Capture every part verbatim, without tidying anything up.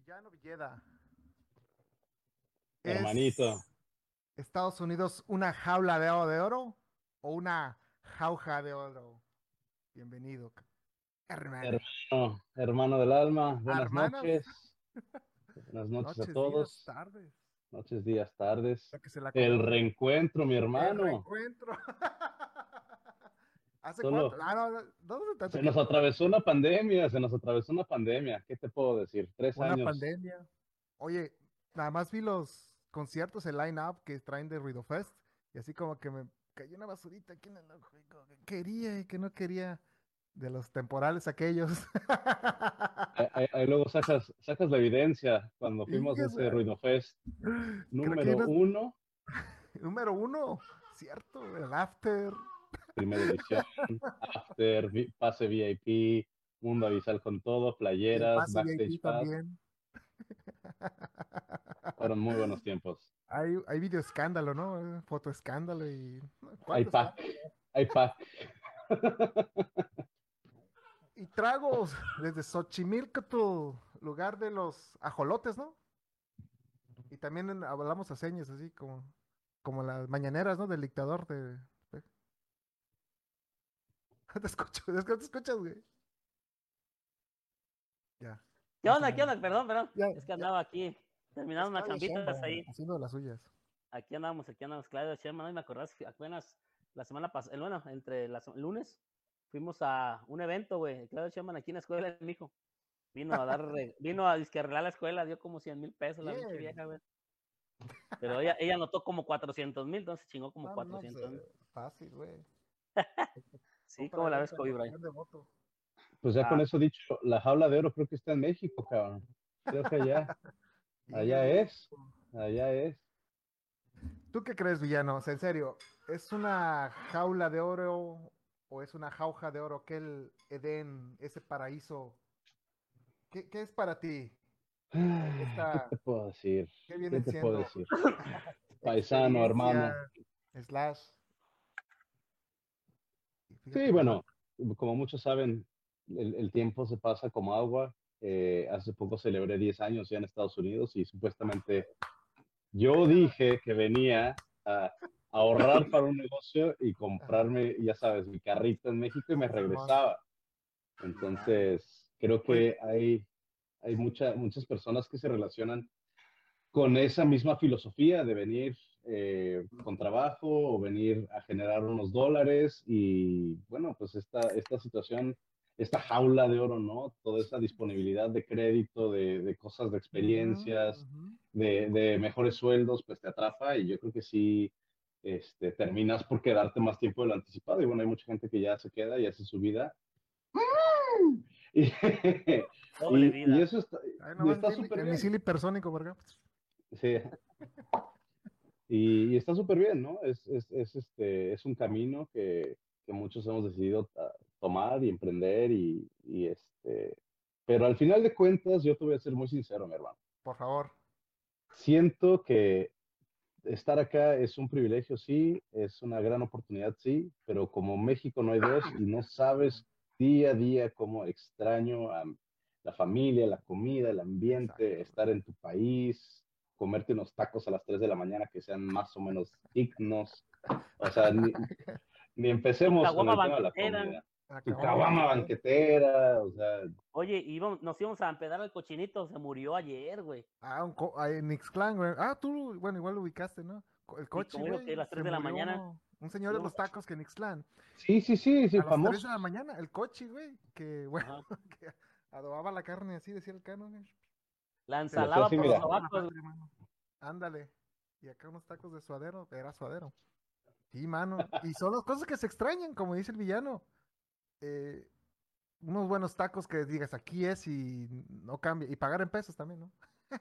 Villano Villeda, Hermanito, ¿es Estados Unidos una jaula de oro de oro o una jauja de oro? Bienvenido, c- hermano. hermano, hermano del alma, buenas Hermanos, noches, buenas noches a noches, días, todos, tardes. noches, días, tardes. La que se la El acomode. reencuentro, mi El hermano, reencuentro. ¿Hace cuánto? solo Ah, no, no, no hace tanto se nos tiempo, ¿verdad? atravesó una pandemia, se nos atravesó una pandemia, ¿qué te puedo decir? Tres Una años. pandemia. Oye, nada más vi los conciertos, el line-up que traen de Ruido Fest, y así como que me cayó una basurita aquí en el ojo, y como que quería y que no quería de los temporales aquellos. Ahí, ahí- ahí luego sacas, sacas la evidencia cuando fuimos a Ingas, ese Ruido Fest creo que hay número unos, uno, número uno, cierto, el after. primera edición, after, vi- pase V I P, mundo avisal con todo, Y el playeras, pase V I P backstage pass, también. fueron muy buenos tiempos. Hay, hay video escándalo, ¿no? Foto escándalo y... Hay ¿Cuánto pack, escándalo? hay pack. Y tragos desde Xochimilco, lugar de los ajolotes, ¿no? Y también en- hablamos a señas, así como, como las mañaneras, ¿no? Del dictador de... de- Te escucho, es que te escuchas, güey. Ya, ¿Qué más o onda? ¿Qué menos. onda? Perdón, perdón. Ya, Es que ya. andaba aquí terminando Es unas Claudia chambitas Sheinbaum ahí. haciendo las suyas. Aquí andamos, aquí andamos. Claudio Sherman, ¿no? Y me acordás, fui- apenas la semana pasada, bueno, entre las, el lunes fuimos a un evento, güey. Claudio Sherman aquí en la escuela, mi hijo. Vino a dar, re- vino a disque arreglar la escuela, dio como cien mil pesos la pinche Bien. vieja, güey. Pero ella, ella anotó como cuatrocientos mil, entonces chingó como No, no, no, pues, cuatrocientos mil. eh, fácil, güey. Sí, Compra ¿cómo de la ves, venta, Kobe Bryant? intención de voto. Pues ya con Ah, eso dicho, la jaula de oro creo que está en México, cabrón. Creo que allá, Ingas, allá güey. es, allá es. ¿Tú qué crees, villano? O sea, en serio, ¿es una jaula de oro o es una jauja de oro? Aquel Edén, ese paraíso. ¿Qué, qué es para ti? Eh, Ay, ¿qué Esta, te puedo decir? ¿qué ¿Qué vienen te puedo siendo? decir? Paisano, Experiencia, hermano. slash. Y Sí, fíjate nomás. bueno, como muchos saben, el, el tiempo se pasa como agua. Eh, hace poco celebré diez años ya en Estados Unidos y supuestamente yo dije que venía a ahorrar para un negocio y Ajá, comprarme, ya sabes, mi carrito en México y me Simón. regresaba. Dale. Entonces, creo Oye, que hay, hay mucha- muchas personas que se relacionan con esa misma filosofía de venir eh, con trabajo o venir a generar unos dólares y bueno, pues esta, esta situación, esta jaula de oro, ¿no? Toda esa disponibilidad de crédito, de, de cosas, de ujú, experiencias, ujú. de, de mejores sueldos, pues te atrapa y yo creo que sí. Este, terminas por quedarte más tiempo de lo anticipado y bueno, hay mucha gente que ya se queda y hace su vida. Y, doble y, y vida. eso está Ay, y nomás está decirle, súper el bien. misil hipersónico, ¿verdad? Sí, y, y está súper bien, ¿no? Es, es, es, este, es un camino que, que muchos hemos decidido ta- tomar y emprender y, y, este, pero al final de cuentas, yo te voy a ser muy sincero, mi hermano. Por favor. Siento que estar acá es un privilegio, sí, es una gran oportunidad, sí, pero como México no hay dos y no sabes día a día cómo extraño a la familia, la comida, el ambiente, Exacto, güey. estar en tu país, comerte unos tacos a las tres de la mañana que sean más o menos dignos. O sea, ni, ni Tu empecemos con caguama el tema de la banquetera. comida. Tu Acabamos caguama banquetero. banquetera, o sea, Oye, íbamos, nos íbamos a empedar al cochinito, se murió ayer, güey. Ah, un co ah, en Ixtlán, güey. Ah, tú, bueno, igual lo ubicaste, ¿no? Co- El Sí, coche, como digo que a güey. las Se tres de la murió mañana uno. Un señor de íbamos los tacos que en Ixtlán. sí, sí, sí, sí, A las tres de la famosos. mañana, el coche, güey. Que, bueno, a... que adobaba la carne así, decía el cano, güey. La Se Le hacía ensalada así, por los mira. trabajó por la sobacos, güey. patria, mano. Ándale. Y acá unos tacos de suadero. Era suadero. Sí, mano. Y son las cosas que se extrañan, como dice el villano. Eh, unos buenos tacos que digas, aquí es y no cambia. Y pagar en pesos también, ¿no?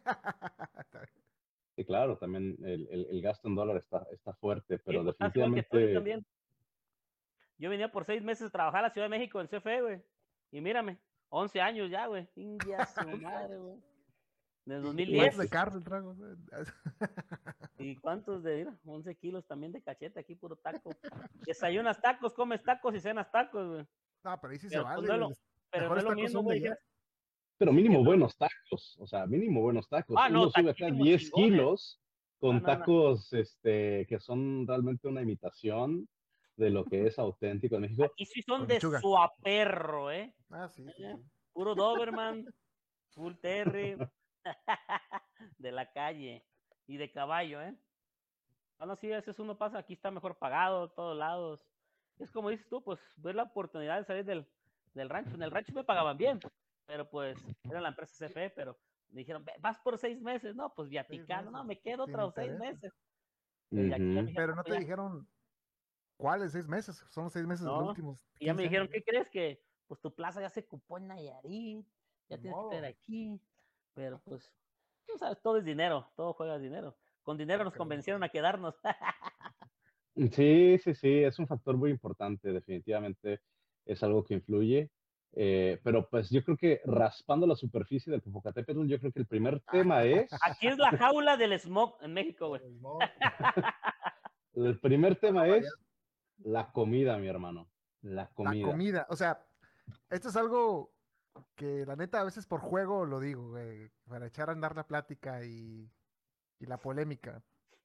Sí, claro, también el, el, el gasto en dólar está, está fuerte, Sí, pero pues estás igual que tú, yo definitivamente, también. Yo venía por seis meses a trabajar a la Ciudad de México en C F E, güey. Y mírame, once años ya, güey. India su once madre, años. güey. Desde ¿Y, y sí, cuántos de dos mil diez. pues, cárcel trago? ¿Y cuántos de, mira, once kilos también de cachete aquí, puro taco? Desayunas tacos, comes tacos y cenas tacos, güey. No, pero ahí sí se Pero pues vale, no es güey. lo, Los pero no mejores es lo tacos mismo, son de güey. allá. Dijeras, pero Sí, mínimo que- buenos tacos, o sea, mínimo buenos tacos. Ah, no, Uno sube acá taquísimos diez chingones. kilos Ah, con no, no. tacos este, que son realmente una imitación de lo que es auténtico en México. Aquí sí son Con de lechuga. suaperro, ¿eh? Ah, sí, sí, ¿Eh? sí. Puro Doberman, full Terry, de la calle y de caballo, ¿eh? Ah, no, sí, a veces uno pasa, aquí está mejor pagado, todos lados. Es como dices tú, pues, ver la oportunidad de salir del, del rancho. En el rancho me pagaban bien, pero pues, era la empresa C F E, pero me dijeron, "Ve, vas por seis meses, no, pues Seis viaticano, no, meses. me quedo Sin otros seis intereses. meses. Y aquí ya me Ujú. dijeron, Pero "No, no pues te ya, dijeron cuáles seis meses. Son los seis meses de los no". últimos Y ya me quince dijeron, años. ¿qué crees? Que pues tu plaza ya se ocupó en Nayarit, ya Ni tienes que estar modo. aquí. Pero pues, tú sabes, todo es dinero, todo juega dinero. Con dinero No nos creo. convencieron a quedarnos. Sí, sí, sí, es un factor muy importante, definitivamente es algo que influye. Eh, pero pues yo creo que raspando la superficie del Popocatépetl, yo creo que el primer tema es, Aquí es la jaula del smog en México, güey. El smog. el primer tema No, vaya. es la comida, mi hermano, la La comida. comida. O sea, esto es algo que la neta a veces por juego lo digo, güey, para echar a andar la plática y, y la polémica.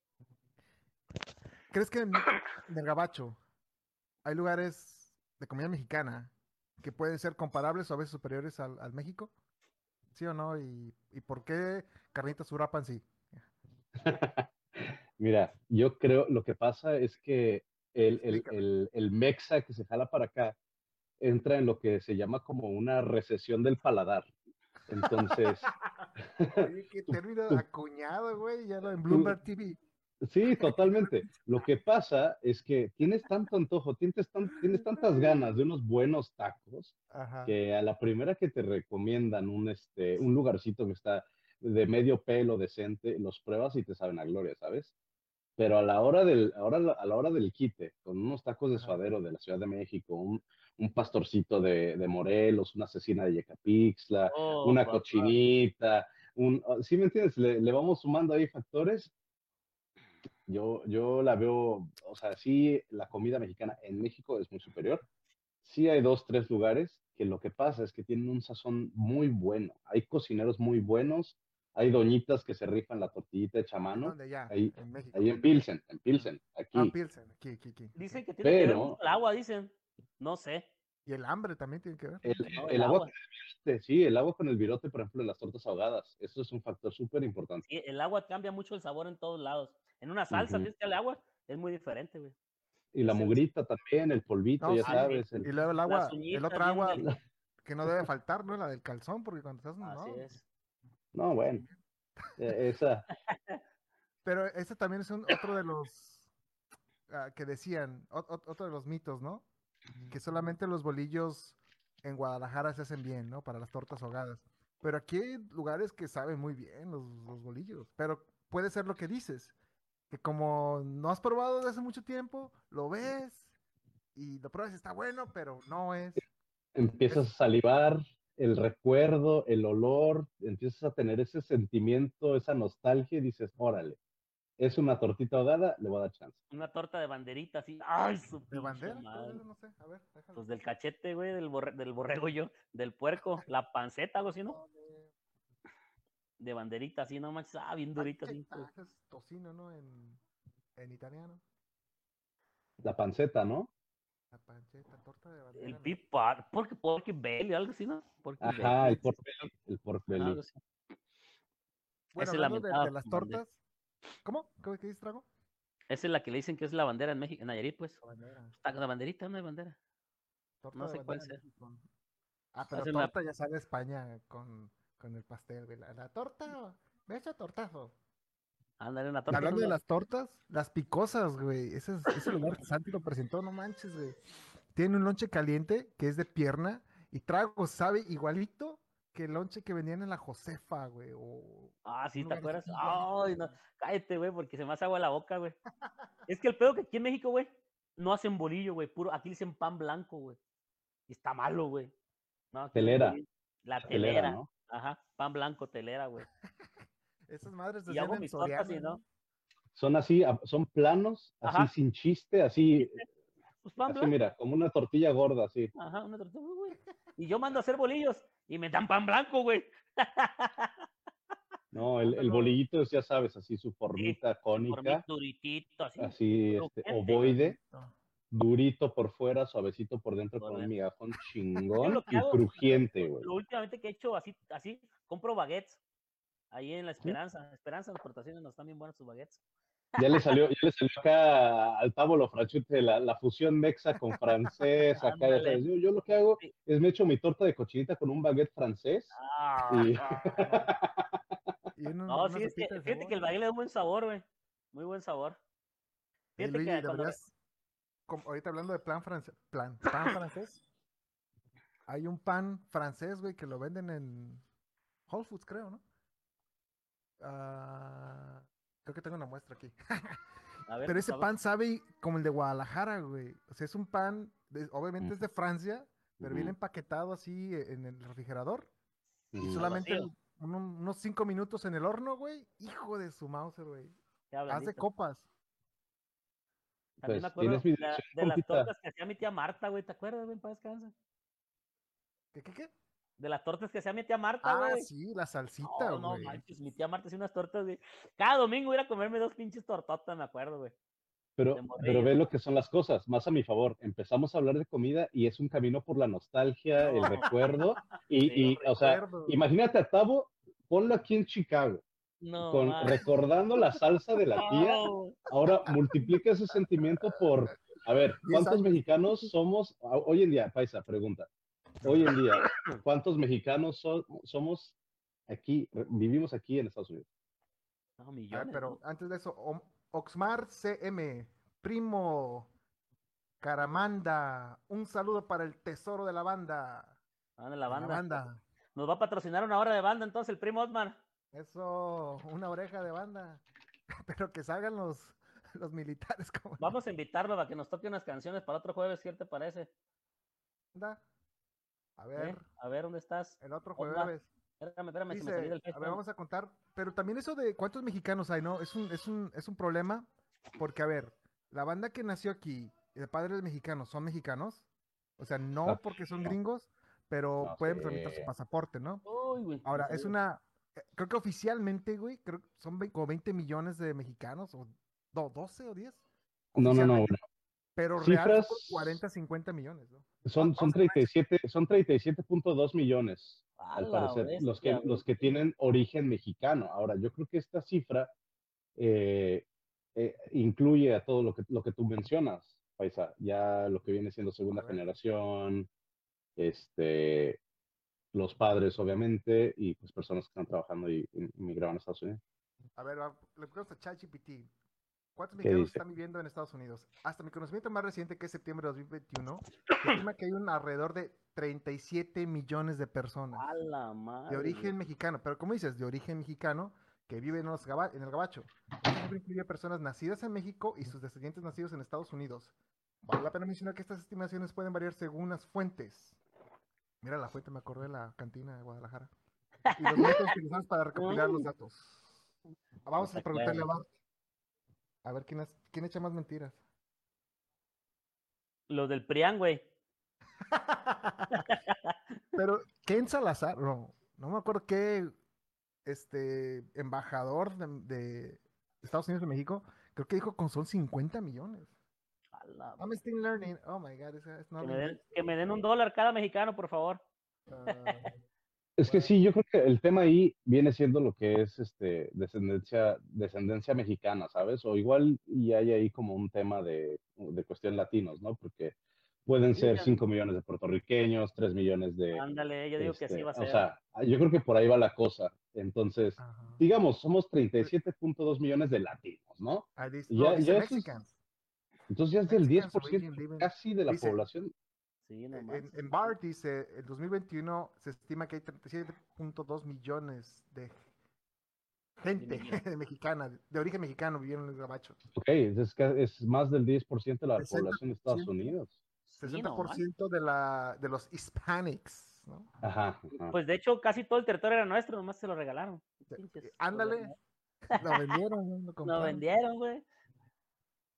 ¿Crees que en, en el Gabacho hay lugares de comida mexicana que pueden ser comparables o a veces superiores al, al México? ¿Sí o no? ¿Y, y por qué Carnitas Urapan sí? Mira, yo creo, lo que pasa es que el, el, Explícame. el, el mexa que se jala para acá entra en lo que se llama como una recesión del paladar. Entonces, Oye, qué tú, término tú, acuñado, güey, ya lo en tú, Bloomberg T V. sí, totalmente. Lo que pasa es que tienes tanto antojo, tienes, tan, tienes tantas ganas de unos buenos tacos Ajá. que a la primera que te recomiendan un, este, un lugarcito que está de medio pelo decente, los pruebas y te saben a gloria, ¿sabes? Pero a la hora del, ahora a la hora del quite, con unos tacos de Ajá. suadero de la Ciudad de México, un, un pastorcito de, de Morelos, una cecina de Yecapixtla, Oh, una papá. cochinita, un, ¿sí me entiendes? Le, le vamos sumando ahí factores. Yo, yo la veo, o sea, sí, la comida mexicana en México es muy superior. Sí hay dos, tres lugares que lo que pasa es que tienen un sazón muy bueno. Hay cocineros muy buenos, hay doñitas que se rifan la tortillita hecha a ¿En mano, dónde? Ya, ahí, en México. ahí en Pilsen, en Ajá. Pilsen, Ah, aquí. Pilsen, aquí, aquí, aquí. Ok. Dicen que tiene que ver mucho Pero el agua, dicen. No sé. Y el hambre también tiene que ver, el, ¿no? No, el el agua con agua. el virote, sí, el agua con el virote, por ejemplo, en las tortas ahogadas, eso es un factor súper importante. Sí, el agua cambia mucho el sabor en todos lados. En una salsa, Ujú. tienes que darle agua, es muy diferente, güey. Y la Es el, mugrita también, el polvito, No, ya ah, sí. sí. sabes, el, Y luego el Las agua, el uñitas otro vienen agua del. que no debe faltar, ¿no? La del calzón, porque cuando estás, Así no. es. no, bueno, eh, esa, Pero ese también es un, otro de los ah, que decían, ot- ot- otro de los mitos, ¿no? Que solamente los bolillos en Guadalajara se hacen bien, ¿no? Para las tortas ahogadas. Pero aquí hay lugares que saben muy bien los, los bolillos. Pero puede ser lo que dices, que como no has probado desde hace mucho tiempo, lo ves y lo pruebas y está bueno, pero no es. empiezas Es a salivar, el recuerdo, el olor, empiezas a tener ese sentimiento, esa nostalgia y dices, órale, es una tortita ahogada, le voy a dar chance. Una torta de banderita así. ¡Ay, su de pinche bandera, ¿cuál es madre! eso? No sé. A ver, déjalo. Pues del cachete, güey, del, borre- del borrego yo, del puerco, la panceta, algo así, ¿no? Pone De banderita, así, no manches, ah, bien durita, así. pancetta, es tocino, ¿no? En, en italiano. La panceta, ¿no? La pancetta, torta de El bandera, no. pipa, porque, porque belly, algo así, ¿no? Porque Ajá, el belly, pork belly, el pork ajá, algo belly. así. Bueno, Esa es la hablando de, de mentada las bandera. tortas, ¿cómo? ¿Cómo que dices, Trago? Esa es la que le dicen que es la bandera en México, en Nayarit, pues. La bandera. Está la banderita, no hay bandera. Torta No de sé cuál bandera en sea. México. Ah, pero Esa es la, torta ya sabe España con, con el pastel, güey. La, la torta, beso tortazo. ándale, una Y torta, hablando de ¿no? las tortas, las picosas, güey. Ese, es- ese lugar que Santi lo presentó, no manches, güey. Tiene un lonche caliente que es de pierna y trago, sabe igualito que el lonche que vendían en la Josefa, güey. O Ah, un sí, ¿te lugar así acuerdas? igualito, Ay, no, güey. cállate, güey, porque se me hace agua la boca, güey. Es que el pedo que aquí en México, güey, no hacen bolillo, güey, puro, aquí le dicen pan blanco, güey. Y está malo, güey. No, aquí es Telera, bolillo. La la telera, telera, ¿no? ajá, pan blanco, telera, güey. Esas madres Y decían hago en mis tortas y Soriana, no. ¿no? Son así, a- son planos, así Ajá, sin chiste, sin así chiste. Pues pan Así, blanco. mira, como una tortilla gorda, así. Ajá, una tortilla, güey. Y yo mando a hacer bolillos y me dan pan blanco, güey. No, el, el Mándalo. bolillito es, ya sabes, así su Sí, formita su formita cónica, duritito, así. así, este, Crujiente. ovoide, Listo. durito por fuera, suavecito por dentro, Por con un dentro. migajón Yo chingón lo que y hago, crujiente, güey. lo últimamente que he hecho así, así, compro baguettes. Ahí en la ¿Sí? Esperanza. Esperanza, las portaciones no están bien buenas sus baguettes. Ya le salió, ya le salió acá al Pablo Frachute la, la fusión mexa con francés, acá ya Ándale. sabes. Yo, yo lo que hago Sí. es me echo mi torta de cochinita con un baguette francés Ah, y Y un- no, una sí, es que, sopita de fíjate que el cebolla. baguette le da un buen sabor, güey. Muy buen sabor. Hey, Fíjate Luigi, que cuando... deberías, como ahorita hablando de plan francés, plan, pan francés, hay un pan francés, güey, que lo venden en Whole Foods, creo, ¿no? Ah, creo que tengo una muestra aquí. A ver, Pero ese a ver. pan sabe como el de Guadalajara, güey. O sea, es un pan, de- obviamente es de Francia, pero viene Ujú, empaquetado así e- en el refrigerador y ujú. Al solamente vacío. el- uno- unos cinco minutos en el horno, güey. Hijo de su Mauser, güey. Ya Haz de blandito. copas. También me Pues acuerdo tienes mi de, la- dirección, de las compita. tortas que hacía mi tía Marta, güey. ¿Te acuerdas, güey? Para descansar. ¿Qué, qué, qué? De las tortas que hacía mi tía Marta, Ah, güey. sí, la salsita, No, no güey. manches, mi tía Marta hacía unas tortas, güey. Cada domingo ir a comerme dos pinches tortotas, me acuerdo, güey. De Pero, pero morrillo. ve lo que son las cosas, más a mi favor. Empezamos a hablar de comida y es un camino por la nostalgia, el No, recuerdo. Y, sí. Los y o sea, recuerdos. imagínate a Tavo, ponlo aquí en Chicago, No, con, man. recordando la salsa de la tía. No. Ahora multiplica ese sentimiento por, a ver, diez ¿cuántos años. mexicanos somos a- hoy en día? Paisa, pregunta. A Hoy ver, en día, ¿cuántos mexicanos so- somos aquí, vivimos aquí en Estados Unidos? No, a ver, millones, pero ¿no? antes de eso, Om- Oxmar C M, Primo, Caramanda, un saludo para el tesoro de la banda. Ah, de la De la banda. banda. Nos va a patrocinar una hora de banda entonces el primo Osman. Eso, una oreja de banda. Pero que salgan los, los militares como la Vamos a invitarlo a que nos toque unas canciones para otro jueves, ¿qué te parece? banda. A ¿Eh? ver, A ver, ¿dónde estás? el otro Osman, jueves. espérame, espérame, se me salió Dice, del a ver, Facebook. vamos a contar, pero también eso de cuántos mexicanos hay, ¿no? Es un, es un, es un problema, porque a ver, la banda que nació aquí, de padres mexicanos, ¿son mexicanos? O sea, Ah, no porque son gringos, pero no pueden tramitar su sé. pasaporte, ¿no? Uy, güey, me Ahora, es salió. una, eh, creo que oficialmente, güey, creo que son ve- como veinte millones de mexicanos, o do- doce o diez, No, no, no. oficialmente, pero real son como Cifras cuarenta, cincuenta millones, ¿no? Va- son, son Vamos a poner treinta y siete, son treinta y siete punto dos millones, A al la parecer, los bestia, que, güey. los que tienen origen mexicano. Ahora, yo creo que esta cifra eh, eh, incluye a todo lo que, lo que tú mencionas, Paisa, ya lo que viene siendo a segunda ver, generación, este, los padres, obviamente, y pues personas que están trabajando y y inmigraron a Estados Unidos. a ver, va- le pregunto a ChatGPT. ¿Cuántos ¿Qué mexicanos dice? están viviendo en Estados Unidos? Hasta mi conocimiento más reciente, que es septiembre de dos mil veintiuno, se estima que hay un alrededor de treinta y siete millones de personas A la de madre, güey. origen mexicano. Pero como dices, de origen mexicano que viven en, los gaba- en el gabacho. Esta cifra incluye personas nacidas en México y sus descendientes nacidos en Estados Unidos. Vale la pena mencionar que estas estimaciones pueden variar según las fuentes. Mira la fuente, me acordé de la cantina de Guadalajara. Y los métodos utilizados para recopilar los Mm, datos. no Vamos a te preguntarle a creo. Bart. A ver quién, es, quién echa más mentiras. Los del Prián, güey. Pero Ken Salazar, no, no me acuerdo qué este embajador de, de Estados Unidos de México, creo que dijo que son cincuenta millones. A la I'm bestia. still learning. Oh my God, it's, it's not Que me den, English. que me den un dólar cada mexicano, por favor. Uh, Es que well, sí, yo creo que el tema ahí viene siendo lo que es este descendencia, descendencia mexicana, ¿sabes? O igual y hay ahí como un tema de, de cuestión latinos, ¿no? Porque pueden Sí, ser cinco millones de puertorriqueños, tres millones de, ándale, yo digo que así este, va a o ser. sea, yo creo que por ahí va la cosa. Entonces, ajá. digamos, somos treinta y siete punto dos millones de latinos, ¿no? Ah, dice- Y no, ya, dice ya eso es, Mexicans. entonces ya es del Mexicans diez por ciento origin living. casi de la Dice, población. Sí, no en, manches. en BART dice, en dos mil veintiuno se estima que hay treinta y siete punto dos millones de gente millones. mexicana, de origen mexicano viviendo en el gabacho. Ok, es, ca- es más del diez por ciento de la población de Estados sesenta por ciento Unidos. Sí, no sesenta por ciento de, la, de los hispanics, ¿no? Ajá, ajá. Pues de hecho, casi todo el territorio era nuestro, nomás se lo regalaron. De- Pinches eh, Ándale, gobernadores. lo vendieron, ¿no? Lo Lo compraron. vendieron, güey.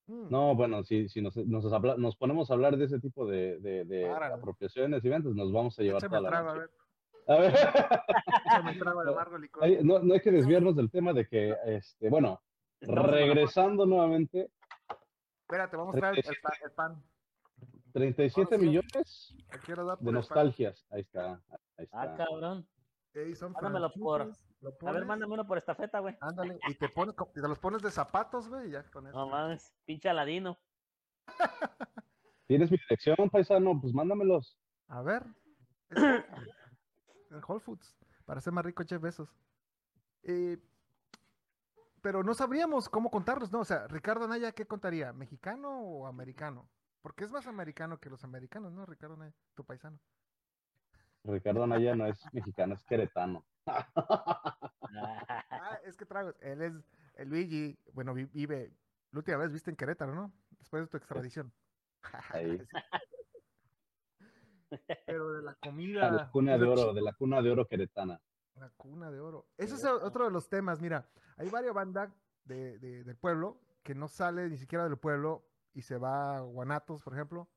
Mm, No, bueno, si, si nos, nos, habla- nos ponemos a hablar de ese tipo de, de, de párale. apropiaciones y ventas, nos vamos a llevar Échame toda el la trago, a noche. ver. A ver. Échame el trago de amargo licor. Hay- no, no hay que desviarnos del tema de que, este, bueno, Estamos en Guanajuato. regresando nuevamente, Espérate, vamos a traer el, pa- el pan. treinta y Ahora siete sí, millones te quiero dar de por el pan. nostalgias. Ahí está, ahí Ah, está. cabrón. Ey, son Mándamelo por. franchises, lo A ver, pones, mándame uno por estafeta, güey. ándale, y te pones, co- y te los pones de zapatos, güey, y ya con eso. No mames, pinche Aladino. ¿Tienes mi dirección, paisano? Pues mándamelos. A ver, es Whole Foods, en Whole Foods, para ser más rico, Jeff Bezos. Eh, pero no sabríamos cómo contarlos, ¿no? O sea, Ricardo Anaya, ¿qué contaría? ¿Mexicano o americano? Porque es más americano que los americanos, ¿no? Ricardo Anaya, tu paisano. Ricardo Anaya no es mexicano, es queretano. Ah, es que tragos, él es, el Luigi, bueno, vi- vive, la última vez viste en Querétaro, ¿no? Después de tu extradición. Ahí. Pero de la La comida, cuna pues de lo oro, de chido, la cuna de oro queretana. la cuna de oro. Ese es o- otro de los temas, mira, hay varias bandas de, de- del pueblo que no sale ni siquiera del pueblo y se va a Guanatos, por ejemplo,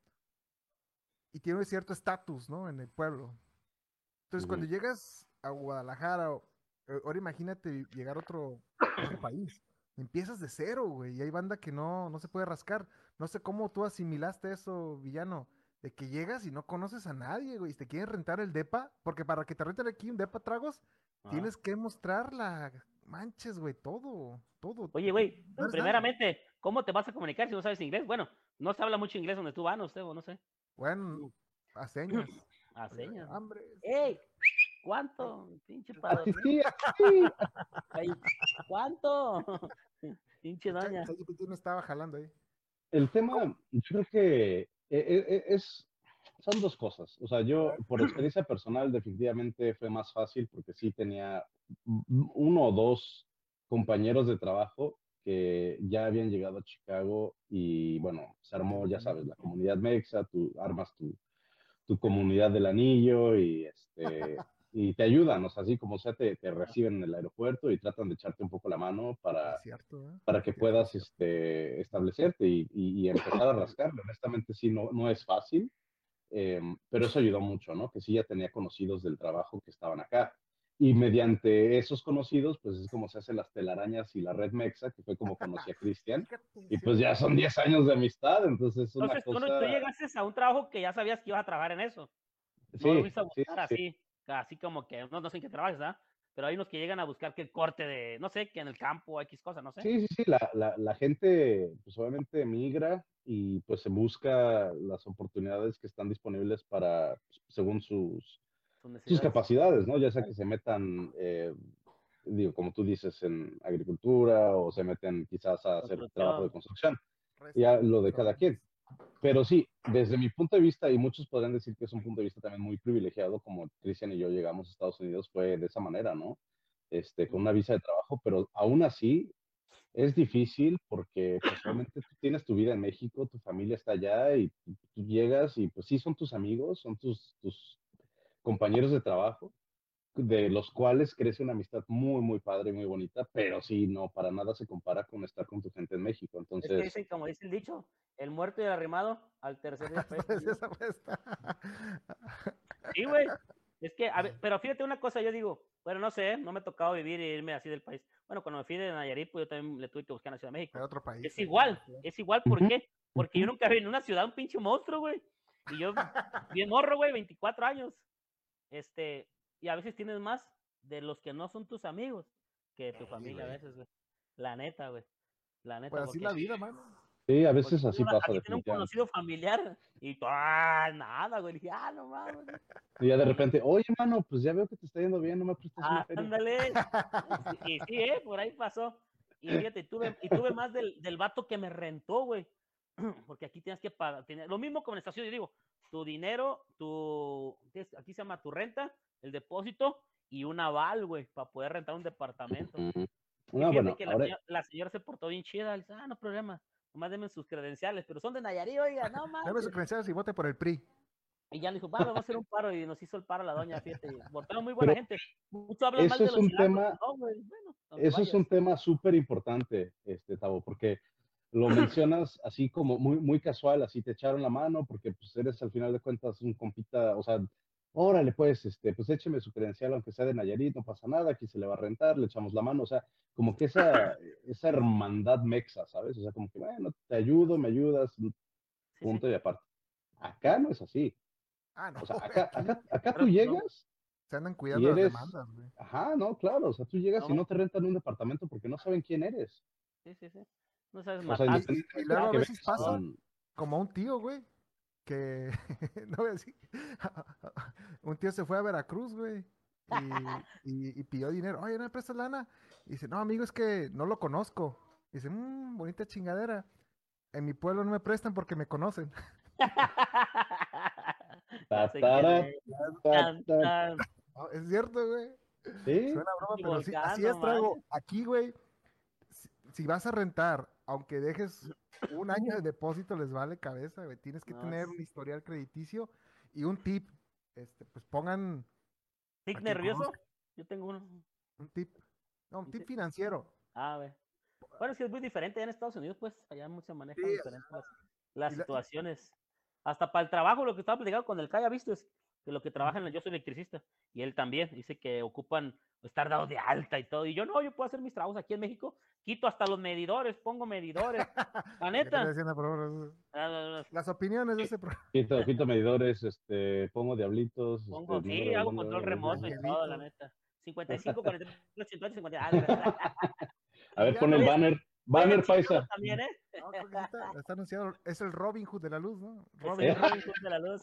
y tiene un cierto estatus, ¿no? En el pueblo. Entonces, cuando Ujú. llegas a Guadalajara, o- eh, ahora imagínate llegar a otro, a otro país, empiezas de cero, güey, y hay banda que no, no se puede rascar. No sé cómo tú asimilaste eso, villano, de que llegas y no conoces a nadie, güey, y te quieren rentar el depa, porque para que te renten aquí un depa tragos, Ah. tienes que mostrar la manches, güey, todo, todo. Oye, güey, No eres nadie. primeramente, ¿cómo te vas a comunicar si no sabes inglés? Bueno, no se habla mucho inglés donde tú vas, no sé, o no sé. Bueno, Mm, a señas. A Oye, señas. hambre. ¡Ey! Ay, ¿Cuánto? Pinche para Así dormir. sí, así. Ahí, ¿cuánto? Pinche el Chat- doña. ChatGPT no estaba jalando ahí. El tema, yo creo que e- e- e- es, son dos cosas. O sea, A yo ver. por experiencia personal definitivamente fue más fácil porque sí tenía uno o dos compañeros de trabajo que ya habían llegado a Chicago y bueno, se armó, Nativos ya de sabes, la México. comunidad mexa, tú armas tu, tu comunidad del anillo y, este, y te ayudan, o sea, así como sea, te, te reciben en el aeropuerto y tratan de echarte un poco la mano Sí, para, cierto, ¿eh? para que Cierto, puedas cierto. este, establecerte y, y, y empezar a rascarle. Honestamente, sí, no, no es fácil, eh, pero eso ayudó mucho, ¿no? Que sí ya tenía conocidos del trabajo que estaban acá. Y mediante esos conocidos, pues es como se hacen las telarañas y la red mexa, que fue como conocí a Cristian. Fíjate, Y pues ya cierto. son diez años de amistad, entonces es una Entonces, tú, no- tú cosa... llegaste a un trabajo que ya sabías que ibas a trabajar en eso. No lo Sí, fuiste a sí, buscar sí. así, así como que, no, no sé en qué trabajas, ¿ah? Pero hay unos que llegan a buscar que el corte de, no sé, que en el campo, X cosa, no sé. Sí, sí, sí, la, la, la gente pues obviamente migra y pues se busca las oportunidades que están disponibles para, pues, según sus, Sus sus necesidades. capacidades, ¿no? Ya sea que se metan, eh, digo, como tú dices, en agricultura o se meten quizás a hacer trabajo de Construcción. construcción, ya lo de cada Restaurantes. quien. Pero sí, desde mi punto de vista, y muchos podrían decir que es un punto de vista también muy privilegiado, como Cristian y yo llegamos a Estados Unidos, fue de esa manera, ¿no? Este, con una visa de trabajo, pero aún así es difícil porque pues obviamente tú tienes tu vida en México, tu familia está allá y tú, tú llegas y pues sí son tus amigos, son tus, tus compañeros de trabajo, de los cuales crece una amistad muy, muy padre y muy bonita, pero sí, no, para nada se compara con estar con tu gente en México. Es que Entonces, dicen, como dice el dicho, el muerto y el arrimado al tercer día Hasta pescan, decía ¿no? esa fiesta. Sí, güey. Es que, a ver, pero fíjate una cosa, yo digo, bueno, no sé, no me ha tocado vivir e irme así del país. Bueno, cuando me fui de Nayarit, pues yo también le tuve que buscar en la Ciudad de Hay México. otro país Es ahí en la igual, ciudad. es igual, ¿por ujú, qué? Porque yo ujú. nunca vi en una ciudad un pinche monstruo, güey. Y yo, bien morro, güey, veinticuatro años. Este, y a veces tienes más de los que no son tus amigos que de tu Sí, familia a güey. veces, güey. La neta, güey. La neta, Pues así porque la vida, mano. Sí, a porque veces tiene así una- pasa aquí tiene un definitivamente. conocido familiar y tú, ah, nada, güey. Le dije, ah, no mames. Y ya de La neta, repente, oye, mano, pues ya veo que te está yendo bien, no me prestas una ah, feria. ándale. Sí, y sí, eh, por ahí pasó. Y fíjate, tuve, y tuve más del, del vato que me rentó, güey. Porque aquí tienes que pagar. Tienes, lo mismo con la estación, yo digo, tu dinero, tu, ¿qué es? Aquí se llama tu renta, el depósito y un aval, güey, para poder rentar un departamento. Ujú. Y No, fíjate bueno, que la ahora señora, la señora se portó bien chida. Le dice, ah, no problema. Nomás denme sus credenciales, pero son de Nayarit, oiga, no Dame sus manches. credenciales y vote por el P R I. Y ya le dijo, va, vamos a hacer un paro. Y nos hizo el paro la doña, fíjate. Portaron muy buena pero gente. Muchos hablan mal eso de es los un chilangos. tema, No, güey, bueno, donde eso es vayas. un tema súper importante, este, Tavo, porque lo como mencionas, así como muy, muy casual, así te echaron la mano, porque pues eres al final de cuentas un compita, o sea, órale, pues, este, pues écheme su credencial, aunque sea de Nayarit, no pasa nada, aquí se le va a rentar, le echamos la mano, o sea, como que esa, esa hermandad mexa, ¿sabes? O sea, como que, bueno, te ayudo, me ayudas, Sí, sí. punto y aparte. Acá no es así. Ah, no, O sea, güey, acá, aquí acá, acá tú Claro que no. llegas se andan y cuidando las eres, demandas, güey. ajá, no, claro, o sea, tú llegas y No, no te rentan un departamento porque no saben quién eres. sí, sí, sí. No sabes O sea, matar, Y, y- y independientemente luego de a matar, que veces vengas pasa con, como un tío, güey, que no voy a decir, un tío se fue a Veracruz, güey, y, y- y pidió dinero. Oye, ¿no me prestas lana? Y dice, no, amigo, es que no lo conozco. Y dice, mmm, bonita chingadera. En mi pueblo no me prestan porque me conocen. Ya ta, sé quién tara, es. ta, Tan, ta, tan. No, es cierto, güey. sí, Suena broma, Y pero sí, volcán, así no es, Trago. manches. Aquí, güey, si, si vas a rentar, aunque dejes un año de depósito, les vale cabeza, güey. Tienes que No, tener es- un historial crediticio y un tip. Este, pues pongan ¿tic a quien nervioso? conozca Yo tengo uno. un tip. No, un Un tip tic- financiero. A ver. Bueno, es que es muy diferente allá en Estados Unidos, pues allá se Sí, manejan diferentes las, las y la- y- situaciones. Hasta para el trabajo, lo que estaba platicando con el Calla, ¿viste? Es que lo que trabajan, ujú. yo soy electricista, y él también, dice que ocupan estar dados de alta y todo. Y yo no, yo puedo hacer mis trabajos aquí en México, quito hasta los medidores, pongo medidores. La ¿Qué estoy neta. haciendo, por favor? Ah, no, no, Las opiniones de ese programa. quito, quito medidores, este, pongo diablitos, este, pongo, número sí, de hago control banda. remoto y todo, la Angelitos. neta. cincuenta y cinco, cuarenta y tres, ochenta y ocho, cincuenta. Ah, de verdad. A ver, Ya pon el no. Oye, banner, estoy en banner Chicago paisa. también, ¿eh? No, creo que sí está, está anunciado. Es el Robin Hood de la luz, ¿no? Soy Robin el Hood. Robin Hood de la luz.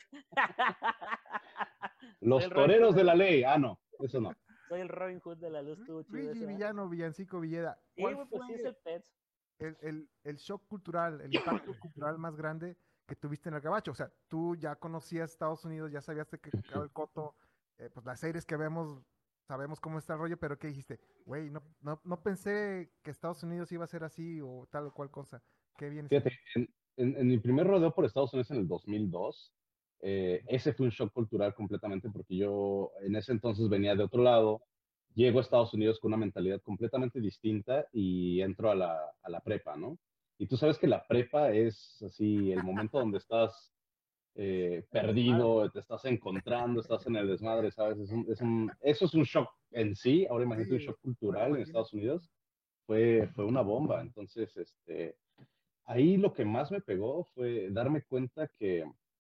Soy el Los Robin Hood toreros de de la la luz. lui. Ah, no, eso no. Soy el Robin Hood de la luz, Lu- estuvo chido Luigi ese, ¿eh? Villano, Villancico Villeda. Sí, ¿Cuál güey, pues fue sí es el Pets. el, el- el shock cultural, el impacto cultural más grande que tuviste en el Gabacho? O sea, tú ya conocías Estados Unidos, ya sabías de qué tocaba el coto, eh, pues las series que vemos, sabemos cómo está el rollo, pero ¿qué dijiste? Güey, no, no, no pensé que Estados Unidos iba a ser así o tal o cual cosa. ¿Qué viene siendo? Fíjate, en, en- en mi primer rodeo por Estados Unidos en el dos mil dos, eh, ese fue un shock cultural completamente porque yo en ese entonces venía de otro lado, llego a Estados Unidos con una mentalidad completamente distinta y entro a la, a la prepa, ¿no? Y tú sabes que la prepa es así el momento donde estás eh, El desmadre. perdido, te estás encontrando, estás en el desmadre, ¿sabes? Es un- es un- eso es un shock en sí. Ahora imagínate un Sí, shock ahora cultural en Estados imagínate. Unidos. Fue, fue una bomba. Entonces, este, ahí lo que más me pegó fue darme cuenta que,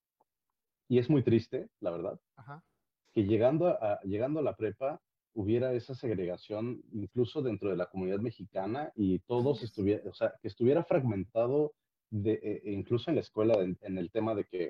y es muy triste, la verdad, Ajá. que llegando a, llegando a la prepa hubiera esa segregación incluso dentro de la comunidad mexicana y todos Chingues. estuviera, o sea, que estuviera fragmentado de, e- e incluso en la escuela en, en el tema de que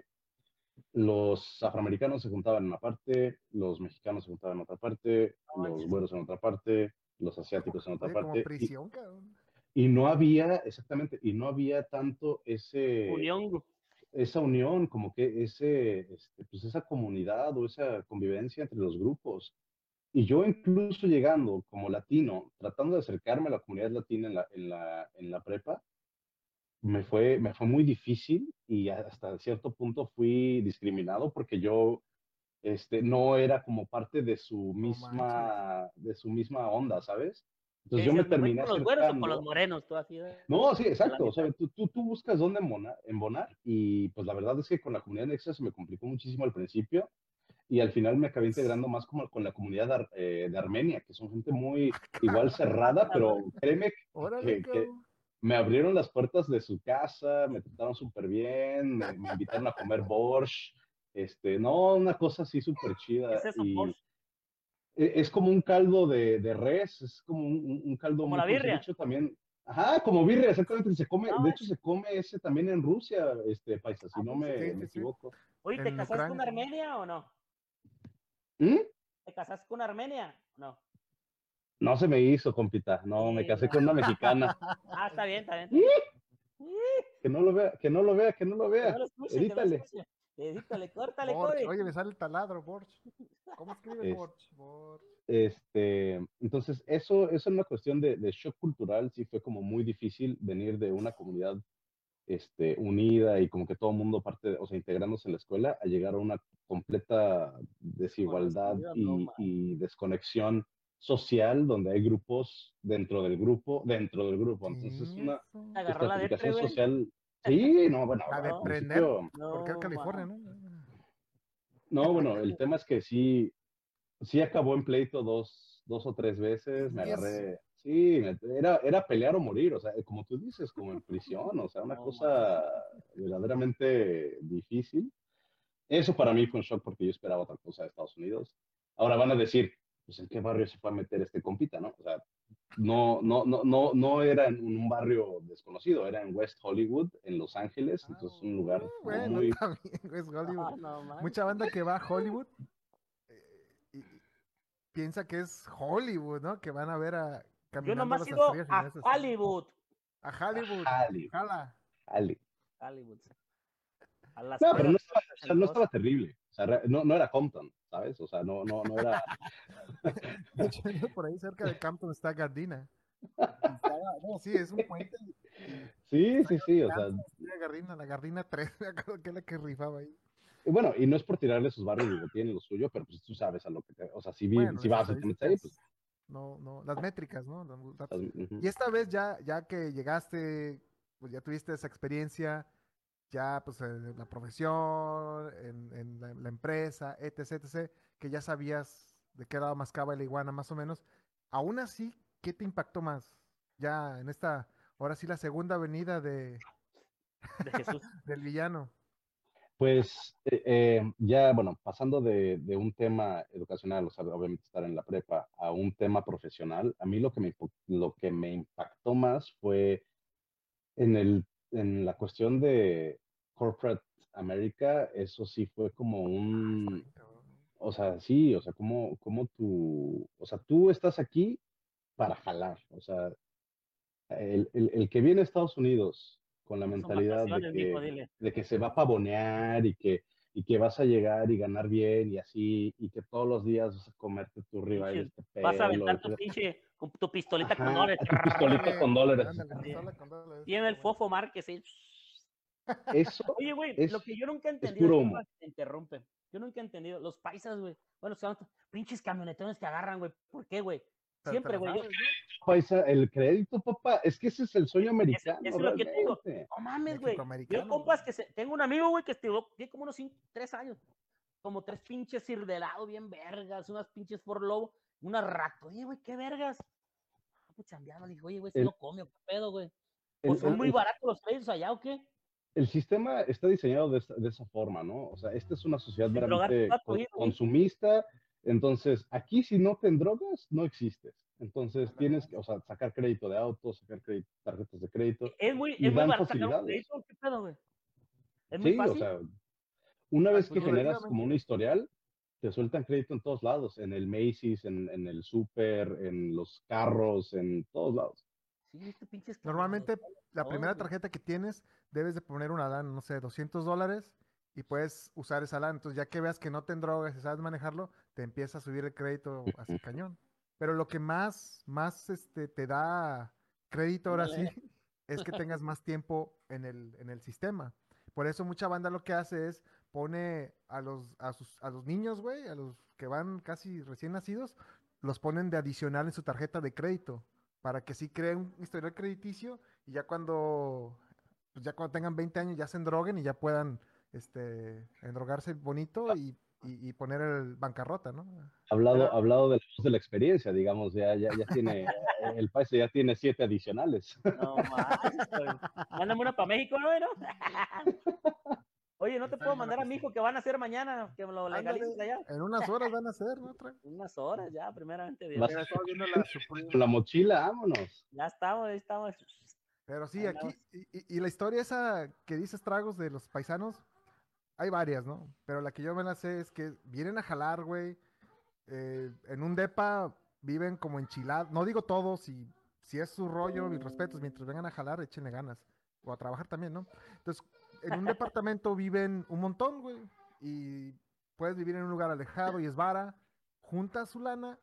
los afroamericanos se juntaban en una parte, los mexicanos se juntaban en otra parte, No los manches. güeros en otra parte, los asiáticos en otra Oye, como parte, y, prisión, cabrón. y no había, exactamente, y no había tanto ese, Unión, güey. esa unión, como que ese, este, pues esa comunidad o esa convivencia entre los grupos. Y yo incluso llegando como latino, tratando de acercarme a la comunidad latina en la, en la, en la prepa, me fue, me fue muy difícil y hasta cierto punto fui discriminado porque yo este, no era como parte de su No manches. misma, de su misma onda, ¿sabes? ¿Qué Entonces yo me decías? ¿Me voy terminé con los güeros o con los acercando. morenos? Tú así, ¿eh? No, sí, A la exacto. O mitad. sea, tú, tú, tú buscas dónde embona- embonar y pues la verdad es que con la comunidad Nexa se me complicó muchísimo al principio y al final me acabé integrando más como con la comunidad ar- eh, de Armenia, que son gente muy igual Ah, cerrada, cabrón. pero créeme Órale, que, que cabrón. me abrieron las puertas de su casa, me trataron súper bien, me, me invitaron a comer borscht, este, no, una cosa así súper ¿Qué chida es eso, y Porsche? e- es como un caldo de, de res, es como un, un- un caldo Como muy la curioso. De birria. hecho, también, ajá, como birria, exactamente, se come, No, de hecho se come ese también en Rusia, este paisa, si ah, no sí, sí, me, Sí, sí. me sí, sí. equivoco. Oye, ¿te En casaste con Ucrania una también. Armenia o no? ¿Mm? ¿Te casaste con una Armenia o no? No se me hizo, compita, no, me Sí, casé no. con una mexicana. Ah, está bien, está bien, está ¡Ih! bien. Que no lo vea, que no lo vea, que no lo Que no vea. lo escuche, que no lo Edítale. escuche. Edítale, córtale, Borch. Cory. Oye, me sale el taladro, Borch. ¿Cómo escribe Es- Borch? Borch. este, entonces, eso, eso es una cuestión de, de shock cultural, sí fue como muy difícil venir de una comunidad este, unida y como que todo el mundo parte, o sea, integrándose en la escuela, a llegar a una completa desigualdad Conocido, no y, más. y desconexión social donde hay grupos dentro del grupo, dentro del grupo. Entonces es Sí, una eso. Agarró la depre, estratificación güey. social. Sí, no, bueno, La de al No, prender principio, cualquier no, California, ma. ¿no? no, bueno, el tema es que sí, sí acabó en pleito dos, dos o tres veces, me Y es, agarré, sí, me- era, era pelear o morir, o sea, como tú dices, como en prisión, o sea, una No, ma. cosa verdaderamente difícil. Eso para mí fue un shock porque yo esperaba otra cosa de Estados Unidos. Ahora van a decir, pues en qué barrio se fue a meter este compita, ¿no? O sea, no, no, no, no, no era en un barrio desconocido, era en West Hollywood, en Los Ángeles, ah, entonces un uh, lugar no bueno, muy, también es Hollywood. Ah, no, man. Mucha banda que va a Hollywood eh, y, y piensa que es Hollywood, ¿no? Que van a ver a Yo caminando a nomás he las ido estrellas y no a es así. Hollywood. A Hollywood, Hollywood, jala. Hollywood. Hollywood. A Las No, pero no Vegas estaba, o sea, no estaba ochentoso. terrible. O sea, re- no, no era Compton, ¿sabes? O sea, no, no, no era. De hecho, ¿no? Por ahí cerca de Campton está Gardina. Y estaba, no, sí, es un puente y Sí, está sí, sí, o sea, Campton, está Gardina, la Gardina tres, me acuerdo que es la que rifaba ahí. y bueno, y no es por tirarle sus barrios, digo, tienen lo suyo, pero pues tú sabes a lo que te, o sea, si, vi- Bueno, si las vas y te metes ahí, pues, estadísticas, no, no, las métricas, ¿no? Los datos. ujú. Y esta vez ya, ya que llegaste, pues ya tuviste esa experiencia, ya pues en la profesión, en, en la, la empresa, etc, etc, que ya sabías de qué lado mascaba la iguana más o menos. Aún así, ¿qué te impactó más? Ya en esta, ahora sí, la segunda venida de, De Jesús. del villano. Pues eh, eh, ya, bueno, pasando de, de un tema educacional, o sea, obviamente estar en la prepa, a un tema profesional, a mí lo que me, impo- lo que me impactó más fue en el, en la cuestión de corporate America, eso sí fue como Ah, está un, bien, cabrón. o sea, sí, o sea, como, como tú, o sea, tú estás aquí para jalar, o sea, el, el, el que viene a Estados Unidos con la Estas son mentalidad de vacaciones, mijo, que, dile. de que se va a pavonear y que, y que vas a llegar y ganar bien y así, y que todos los días vas a comerte tu ribeye de Pinche, este vas a pelo, y aventar tu que, pinche, con tu pistolita con ajá, dólares. a tu pistolita Ándale, con dólares. ándale, Así. pistola con dólares, Tiene está el bueno. Fofo Márquez, sí. Eso Oye, güey, lo es, que yo nunca he es entendido, puro disculpa humo. que te interrumpe. Yo nunca he entendido, los paisas, güey. Bueno, son pinches camionetones que agarran, güey. ¿Por qué, güey? Pero te Siempre, la güey. Yo, sabes, ¿no? Paisa, el crédito, papá, es que ese es el sueño eso, americano, eso es lo que yo te digo. realmente. No mames, güey. Yo, México-americano, compas, güey. que se, tengo un amigo, güey, que estuvo, tiene como unos cinco, tres años. Como tres pinches cirdelados bien vergas, unas pinches por lobo, una rato. Oye, güey, qué vergas. Pues chambeando, le dije, oye, güey, si El, lo come, ¿qué pedo, güey? Pues el, son el, muy el, baratos los créditos allá, ¿o qué? el sistema está diseñado de esa, de esa forma, ¿no? O sea, esta es una sociedad En drogarte meramente toda tu co- vida, güey. consumista, entonces aquí si no te drogas, no existes. Entonces Ándale. tienes que, o sea, sacar crédito de autos, sacar crédito, tarjetas de crédito, Es muy, y es muy dan barato sacar un facilidades. crédito, ¿qué pedo, güey? Es muy Sí, o fácil. sea, una Ah, vez pues que generas como un relativamente. historial, te sueltan crédito en todos lados, en el Macy's, en, en el súper, en los carros, en todos lados. Sí, este pinches camiones, Normalmente, la todos, primera güey. tarjeta que tienes, debes de poner una lana, no sé, doscientos dólares y puedes usar esa lana. Entonces, ya que veas que no te drogas y sabes manejarlo, te empieza a subir el crédito así cañón. Pero lo que más, más este, te da crédito ahora sí, Ándale. es que tengas más tiempo en el, en el sistema. Por eso mucha banda lo que hace es pone a los, a sus, a los niños, güey, a los que van casi recién nacidos, los ponen de adicional en su tarjeta de crédito para que sí creen un historial crediticio y ya cuando, pues ya cuando tengan veinte años ya se endroguen y ya puedan este, endrogarse bonito y, y, y poner el bancarrota, ¿no? Pero, Hablado, hablado de la, voz de la experiencia, digamos, ya, ya, ya tiene, el país ya tiene siete adicionales. no manches, güey. Mándame una para México, ¿no, güey? ¿No? Oye, ¿no te Está puedo bien buena mandar a mi pistola. hijo que van a hacer mañana? Que me lo Ándale, legalices allá. en unas horas van a ser, ¿no? Tra- Unas horas ya, primeramente Dios. Vas Mira, a estaba viendo la con Supreme. la mochila, vámonos. Ya estamos, ahí estamos. Pero sí, Ahí aquí, andamos. y, y- y la historia esa que dices tragos de los paisanos, hay varias, ¿no? Pero la que yo me la sé es que vienen a jalar, güey. eh, en un depa viven como enchilados. No digo todos, y si es su rollo, mis respetos, mientras vengan a jalar, échenle ganas. O a trabajar también, ¿no? Entonces, en un departamento viven un montón, güey. Y puedes vivir en un lugar alejado y es vara. Juntas su lana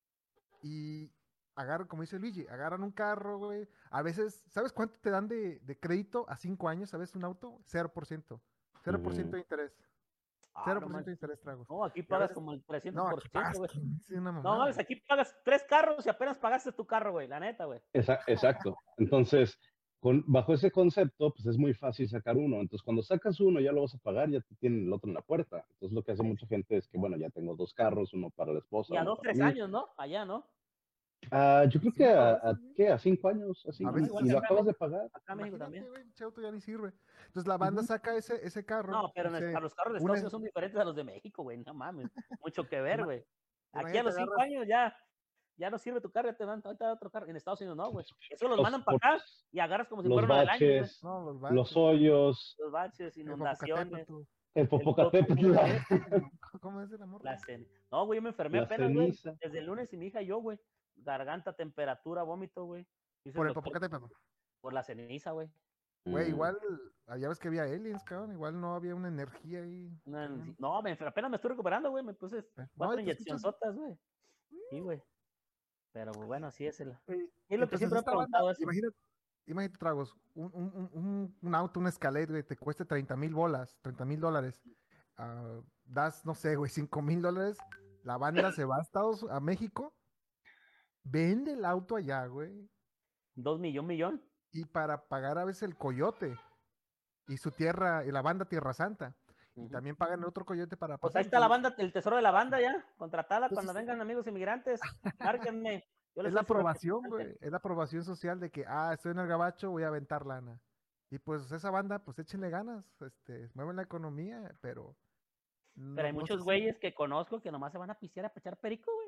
y agarran, como dice Luigi, agarran un carro, güey. A veces, ¿sabes cuánto te dan de, de crédito a cinco años? ¿Sabes un auto? Cero por ciento. Cero por ciento Ujú. de interés. Ah, cero no por ciento de manches. interés, Tragos. No, aquí Y a pagas veces- como el No, trescientos por aquí ciento, pagas güey. quince, una No mamada. mames, aquí pagas tres carros y apenas pagaste tu carro, güey, la neta, güey. Esa- exacto. Entonces, con, bajo ese concepto, pues es muy fácil sacar uno. Entonces, cuando sacas uno, ya lo vas a pagar, ya te tienen el otro en la puerta. Entonces, lo que hace mucha gente es que, bueno, ya tengo dos carros, uno para la esposa, Y a uno dos, para tres mí. años, ¿no? Allá, ¿no? Ah, yo creo que Cinco a a, veces, a- güey. ¿qué? A cinco años, así, A No, veces igual y que lo acá, acabas en de México- pagar. acá en México también. Imagínate, güey, ese auto ya ni sirve. Entonces la banda Ujú. saca ese, ese carro. No, pero en dice, el- a los carros de un Estados es- Unidos son diferentes a los de México, güey. No mames. Mucho que ver, ima- güey. Aquí a imagínate, los cinco agarras. años ya, ya no sirve tu carro, ya te dan ahorita otro carro. En Estados Unidos no, güey. Eso los Los, mandan para por- acá y agarras como si los fuera uno del año, güey. baches, No, los los baches. hoyos, Los baches, El inundaciones, Popocatépetl. el el Popocatépetl, todo la, eso. ¿Cómo es el amor? La cen- No, güey, yo me enfermé la apenas, güey. ceniza. Desde el lunes y mi hija y yo, güey. Garganta, temperatura, vómito, güey. Dice Por el el doctor, Popocatépetl. por la ceniza, güey. Güey, Mm. igual, ya ves que había aliens, cabrón. Igual no había una energía ahí. Una- cañón. No, me enfer- apenas me estoy recuperando, güey. Me puse Eh, No, cuatro y te escuchas. inyeccionzotas, güey. Sí, güey. Pero pues, bueno, así es el. Güey, Y es lo que entonces siempre me he esta banda, preguntado eso. imagínate, imagínate, Tragos, un, un, un, un- un auto, un Escalade, güey, te cueste treinta mil bolas, treinta mil dólares. Ah, das, no sé, güey, cinco mil dólares. La banda se va a Estados, a México, vende el auto allá, güey, Dos millón, millón. y para pagar a veces el coyote y su tierra, y la banda Tierra Santa. Y Ujú. también pagan el otro coyote para Pues pasar. ahí está la Entonces, banda, el tesoro de la banda ya, contratada Entonces, cuando vengan amigos inmigrantes, márquenme. Yo les es la soy su aprobación, representante. güey, es la aprobación social de que, ah, estoy en el gabacho, voy a aventar lana. Y pues esa banda, pues échenle ganas, este, mueven la economía, pero Pero no, hay no muchos sé si... güeyes que conozco que nomás se van a pistear a pechar perico, güey.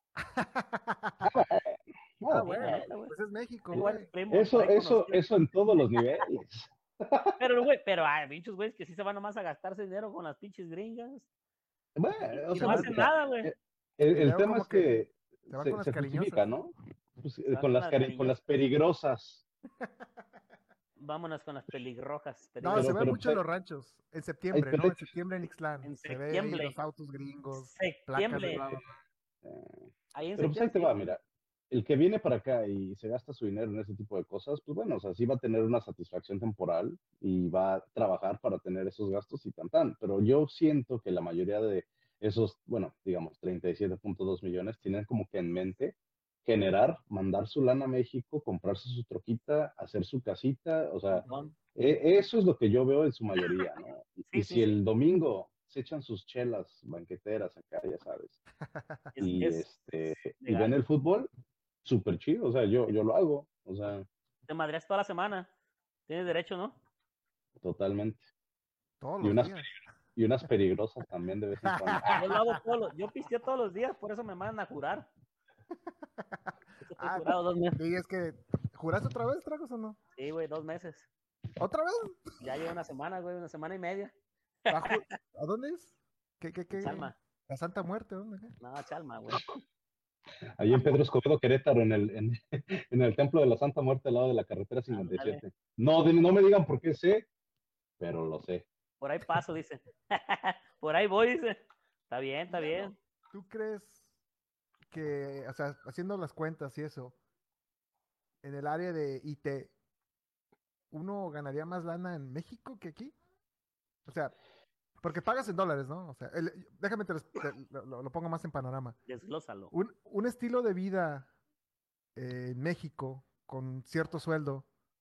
Ah, No, Sí, la bueno, neta, güey. pues es México, Tengo varios güey. primos, eso, por ahí eso, conocidos. eso en todos los niveles. Pero, güey, pero hay muchos güeyes que sí se van nomás a gastarse dinero con las pinches gringas. Bueno, Y, o y sea, no van- hacen mira, nada, güey. eh, el, Y el luego tema como es que que se van se, con las se justifica, cariñosas. ¿no? Pues, eh, Se van con, con las las cari- con cariñosas. las peligrosas. Vámonos con las peligrojas. No, peligrosas. se Pero, ve pero mucho pues, en hay, los ranchos, en hay septiembre, ¿no? En peleas. septiembre en Ixtlán, En se ve ahí septiembre. los autos gringos, placas de Septiembre. bla, bla, eh, Ahí en pero pues ahí septiembre. te Sí. va, mira. El que viene para acá y se gasta su dinero en ese tipo de cosas, pues bueno, o sea, sí va a tener una satisfacción temporal y va a trabajar para tener esos gastos y tan tan. Pero yo siento que la mayoría de esos, bueno, digamos, treinta y siete punto dos millones tienen como que en mente generar, mandar su lana a México, comprarse su troquita, hacer su casita, o sea, Montón. e- eso es lo que yo veo en su mayoría, ¿no? Y, Sí, y sí, si sí. el domingo se echan sus chelas banqueteras acá, ya sabes, Es, y es este, y legal. ven el fútbol, súper chido, o sea, yo, yo lo hago, o sea, Te madreas toda la semana. Tienes derecho, ¿no? totalmente. todos Y los unas, días. y unas peligrosas también de vez en cuando. Yo lo hago todos los, yo pisteo todos los días, por eso me mandan a jurar. Estoy Ah, jurado dos meses. y es que, ¿juraste otra vez, Tragos, o no? Sí, güey, dos meses. ¿Otra vez? Ya llevo una semana, güey, una semana y media. ¿A, ju- ¿a dónde es? ¿Qué, qué, qué? Chalma. ¿La Santa Muerte? ¿Dónde? ¿Qué? No, Chalma, güey. Ahí en Pedro Escobedo, Querétaro, en el, en, en el Templo de la Santa Muerte, al lado de la carretera cincuenta y siete. No, de- no me digan por qué sé, pero lo sé. Por ahí paso, dice. Por ahí voy, dice. Está bien, está bien. ¿Tú crees que, o sea, haciendo las cuentas y eso, en el área de I T, uno ganaría más lana en México que aquí? O sea, porque pagas en dólares, ¿no? O sea, el- déjame te, los- te lo, lo- lo pongo más en panorama. Desglósalo. Un, un estilo de vida eh, en México con cierto sueldo,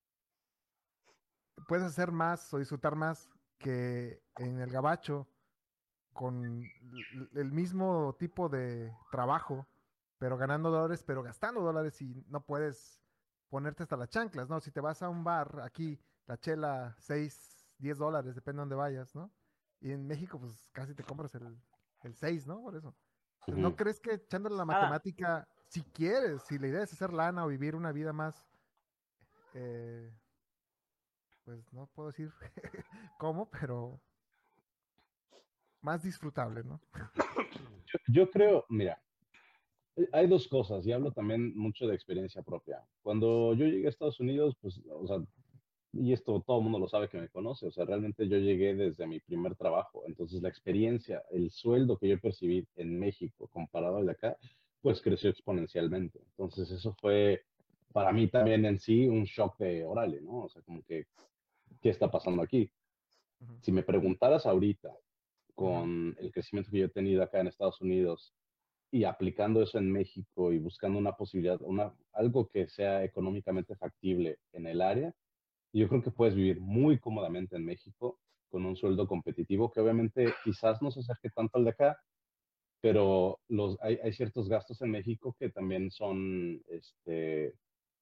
puedes hacer más o disfrutar más que en el gabacho con l- el mismo tipo de trabajo, pero ganando dólares, pero gastando dólares y no puedes ponerte hasta las chanclas, ¿no? Si te vas a un bar aquí, la chela seis diez dólares, depende de dónde vayas, ¿no? Y en México, pues casi te compras el, el seis, ¿no? Por eso. Entonces, ¿no Ujú. crees que echándole la Nada. matemática, si quieres, si la idea es hacer lana o vivir una vida más, eh, pues no puedo decir cómo, pero más disfrutable, ¿no? Yo, yo creo, mira, eh, hay dos cosas, y hablo también mucho de experiencia propia. Cuando yo llegué a Estados Unidos, pues, o sea, y esto todo el mundo lo sabe que me conoce, o sea, realmente yo llegué desde mi primer trabajo, entonces la experiencia, el sueldo que yo percibí en México comparado al de acá, pues creció exponencialmente. Entonces eso fue para mí también en sí un shock de órale, ¿no? O sea, como que, ¿qué está pasando aquí? Ujú. Si me preguntaras ahorita, con el crecimiento que yo he tenido acá en Estados Unidos y aplicando eso en México y buscando una posibilidad, una, algo que sea económicamente factible en el área, yo creo que puedes vivir muy cómodamente en México con un sueldo competitivo que obviamente quizás no se acerque tanto al de acá, pero los, hay, hay ciertos gastos en México que también son este,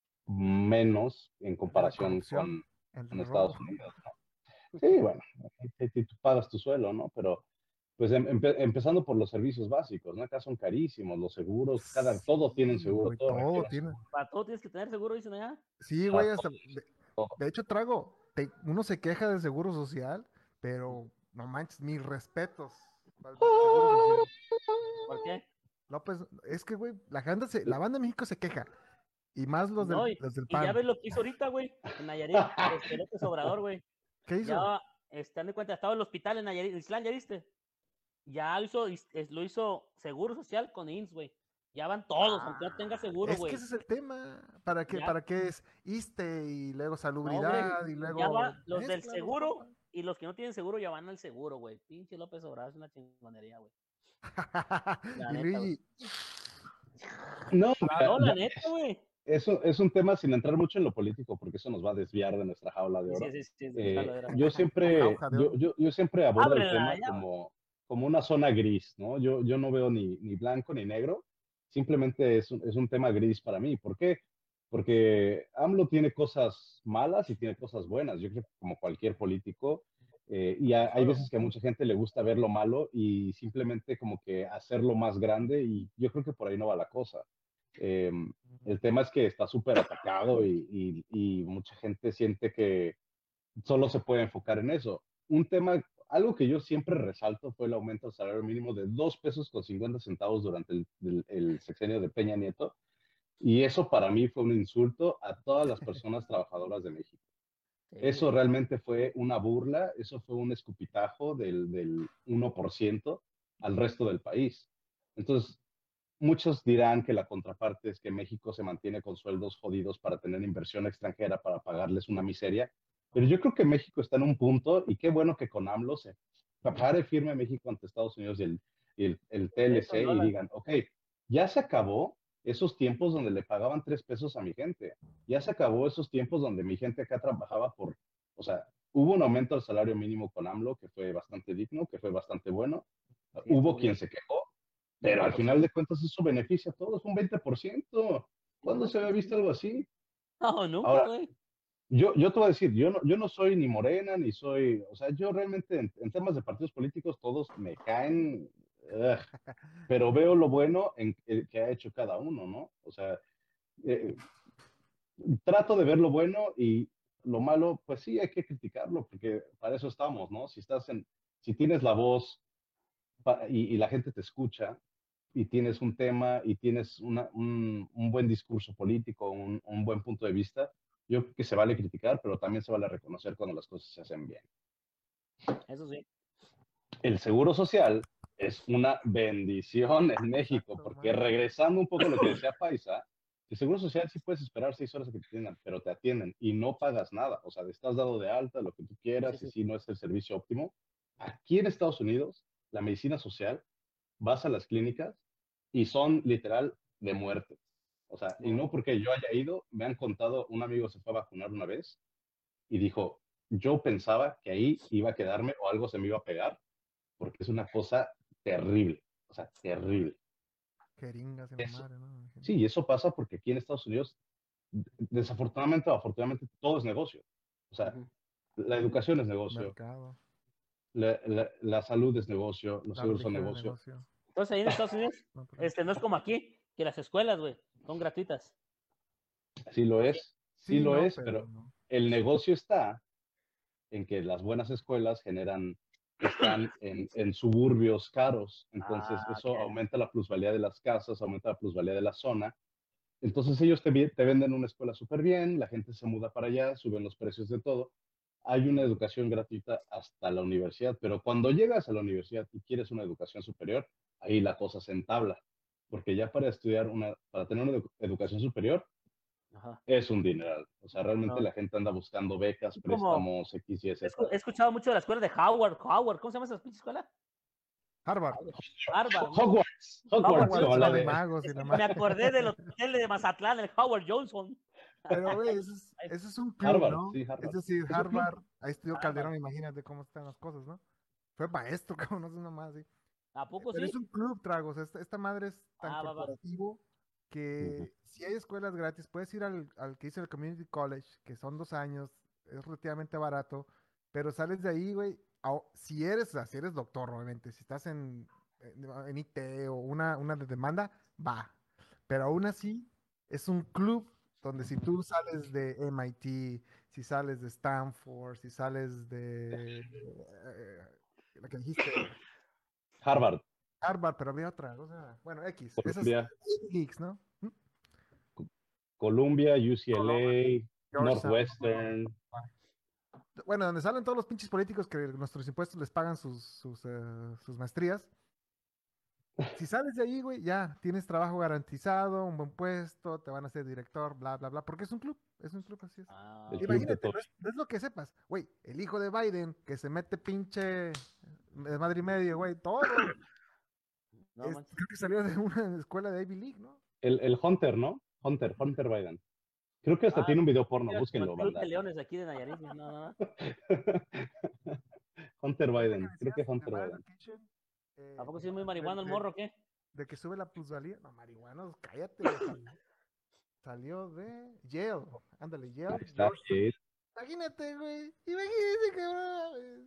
menos en La comparación corrupción, con, el con robo. Estados Unidos. Sí, bueno, y tú pagas tu suelo, ¿no? Pero pues em, empe- empezando por los servicios básicos, ¿no? Acá son carísimos, los seguros, cada, todo tienen Sí, seguro, güey, todo todo requiere un tiene. seguro. Para todo tienes que tener seguro, dicen allá. Sí, güey, Para hasta. De, todo. de hecho, trago. te- uno se queja del seguro social, pero no manches, mis respetos al seguro social. ¿Por qué? López, es que, güey, la banda, se, la banda de México se queja. Y más los del, No, y, los del y ya P A N. ves lo que hizo ahorita, güey, en Nayarit, este López Obrador, güey. ¿Qué hizo? Ya, este, dan de cuenta, estaba en el hospital en Nayarit, en Islán, ¿ya viste? Ya hizo, is- es- lo hizo Seguro Social con I M S S, güey. Ya van todos, aunque no tenga Ah, seguro, es que güey. ese es el tema. ¿Para qué, Ya, para qué es ISSSTE y luego no, hombre, salubridad y ya luego va, los del mézclalos, seguro compa? y los que no tienen seguro ya van al seguro, güey. Pinche López Obrador es una chingonería, güey. La Y neta, güey. Luigi, No, mira, No, ya la neta, güey. eso es un tema sin entrar mucho en lo político, porque eso nos va a desviar de nuestra jaula de Sí, sí, oro. sí, sí, sí, Eh, jaladera. yo tu siempre, jauja de yo, oro. yo, yo siempre abordo el Ábrela, tema ya. como, como una zona gris, ¿no? Yo, yo no veo ni, ni blanco ni negro, simplemente es un, es un tema gris para mí. ¿Por qué? Porque AMLO tiene cosas malas y tiene cosas buenas. Yo creo que como cualquier político, eh, y a- hay veces que a mucha gente le gusta ver lo malo y simplemente como que hacerlo más grande, y yo creo que por ahí no va la cosa. Eh, el tema es que está súper atacado y, y, y mucha gente siente que solo se puede enfocar en eso. Un tema, algo que yo siempre resalto fue el aumento del salario mínimo de dos pesos con cincuenta centavos durante el, el, el sexenio de Peña Nieto. Y eso para mí fue un insulto a todas las personas trabajadoras de México. Sí, Eso güey. realmente fue una burla, eso fue un escupitajo del, del uno por ciento al resto del país. Entonces, muchos dirán que la contraparte es que México se mantiene con sueldos jodidos para tener inversión extranjera para pagarles una miseria, pero yo creo que México está en un punto, y qué bueno que con AMLO se pare firme México ante Estados Unidos y el, y el, el Peso, el T L C y dólar. digan, ok, ya se acabó esos tiempos donde le pagaban tres pesos a mi gente, ya se acabó esos tiempos donde mi gente acá trabajaba por, o sea, hubo un aumento del salario mínimo con AMLO que fue bastante digno, que fue bastante bueno, Sí, hubo estuvo quien bien. se quejó, pero al final de cuentas eso beneficia a todos, un veinte por ciento. ¿Cuándo Nomás, se había visto algo así? no, nunca, Ahora, güey. yo, yo te voy a decir, yo no, yo no soy ni morena, ni soy, o sea, yo realmente en, en temas de partidos políticos todos me caen, ugh, pero veo lo bueno en, en que ha hecho cada uno, ¿no? O sea, eh, trato de ver lo bueno y lo malo, pues sí, hay que criticarlo, porque para eso estamos, ¿no? Si estás en, si tienes la voz pa- y, y la gente te escucha, y tienes un tema y tienes una, un, un, buen discurso político, un, un, buen punto de vista, yo creo que se vale criticar, pero también se vale reconocer cuando las cosas se hacen bien. Eso sí. El seguro social es una bendición en México, Exacto, porque mano. regresando un poco a lo que decía Paisa, el seguro social sí puedes esperar seis horas a que te atiendan, pero te atienden y no pagas nada. O sea, estás dado de alta, lo que tú Sí, quieras, y sí. si no es el servicio óptimo. Aquí en Estados Unidos, la medicina social, vas a las clínicas y son literal de muerte. O sea, y No, no porque yo haya ido, me han contado, un amigo se fue a vacunar una vez y dijo, yo pensaba que ahí iba a quedarme o algo se me iba a pegar, porque es una cosa terrible, o sea, terrible. Jeringas y la Eso, madre, ¿no? sí, eso pasa porque aquí en Estados Unidos, desafortunadamente o afortunadamente, todo es negocio. O sea, ujú. la educación es negocio, Mercado. la, la, la salud es negocio, los La seguros son religión es negocio. negocio. Entonces, ahí en Estados Unidos, No, pero- este, no es como aquí, que las escuelas, güey, son gratuitas. Sí lo ¿O sí? es, sí Sí, lo no, es, pero pero no. el negocio está en que las buenas escuelas generan, están en, en suburbios caros, entonces Ah, eso ok. aumenta la plusvalía de las casas, aumenta la plusvalía de la zona. Entonces ellos te, vi- te venden una escuela súper bien, la gente se muda para allá, suben los precios de todo, hay una educación gratuita hasta la universidad, pero cuando llegas a la universidad y quieres una educación superior, ahí la cosa se entabla, porque ya para estudiar una, para tener una edu- educación superior, Ajá. es un dineral. O sea, realmente No. la gente anda buscando becas, Es como, préstamos, X, Y, he Z. escu- he escuchado mucho de la escuela de Howard. Howard, ¿cómo se llama esa pinche escuela? Harvard. Harvard, ¿no? Hogwarts, Hogwarts, Hogwarts, como Hogwarts, la la de de magos y Es la que ma- me acordé del hotel de Mazatlán, el Howard Johnson. Pero, güey, eso es, Ay, eso es un club, Harvard, ¿no? sí, Es Harvard. decir, Es un club. Harvard, ahí estudió Harvard. Calderón, imagínate cómo están las cosas, ¿no? Fue maestro, cabrón, no es una más así. ¿A poco Pero sí? es un club, tragos. Esta, esta madre es tan Ah, va, va. corporativo que si hay escuelas gratis, puedes ir al, al que dice el Community College, que son dos años, es relativamente barato, pero sales de ahí, güey, a- si eres, o sea, si eres doctor, obviamente, si estás en, en, en I T o una, una de demanda, va. Pero aún así, es un club donde si tú sales de M I T, si sales de Stanford, si sales de, eh, la que dijiste, Harvard, Harvard, pero había otra, o sea, bueno, X, esas Columbia, Ivy Leagues, ¿no? ¿Mm? Columbia, U C L A, Georgetown. Northwestern. Bueno, donde salen todos los pinches políticos que nuestros impuestos les pagan sus, sus, eh, sus maestrías. Si sales de ahí, güey, ya tienes trabajo garantizado, un buen puesto, te van a hacer director, bla, bla, bla, porque es un club, es un club, así es. Ah, El ok. club de Imagínate, no todos. es, no es lo que sepas, güey, el hijo de Biden que se mete pinche de madre y medio, güey, todo. No es- manches. creo que salió de una escuela de Ivy League, ¿no? El, el Hunter, ¿no? Hunter, Hunter Biden. Creo que hasta Ah, tiene un video porno, era como el búsquenlo, Club banda. de Leones de aquí de Nayarit. No, no, no. Hunter Ahorita que Biden, creo decías que de Hunter Bad Biden. Education, eh, ¿A poco sí es muy de, marihuana el de- morro o qué? de que sube la plusvalía, no, marihuanos, cállate, güey, salió, salió de Yale, ándale, Ahí Yale, está, Georgetown. sí. Imagínate, güey. Imagínate, cabrón.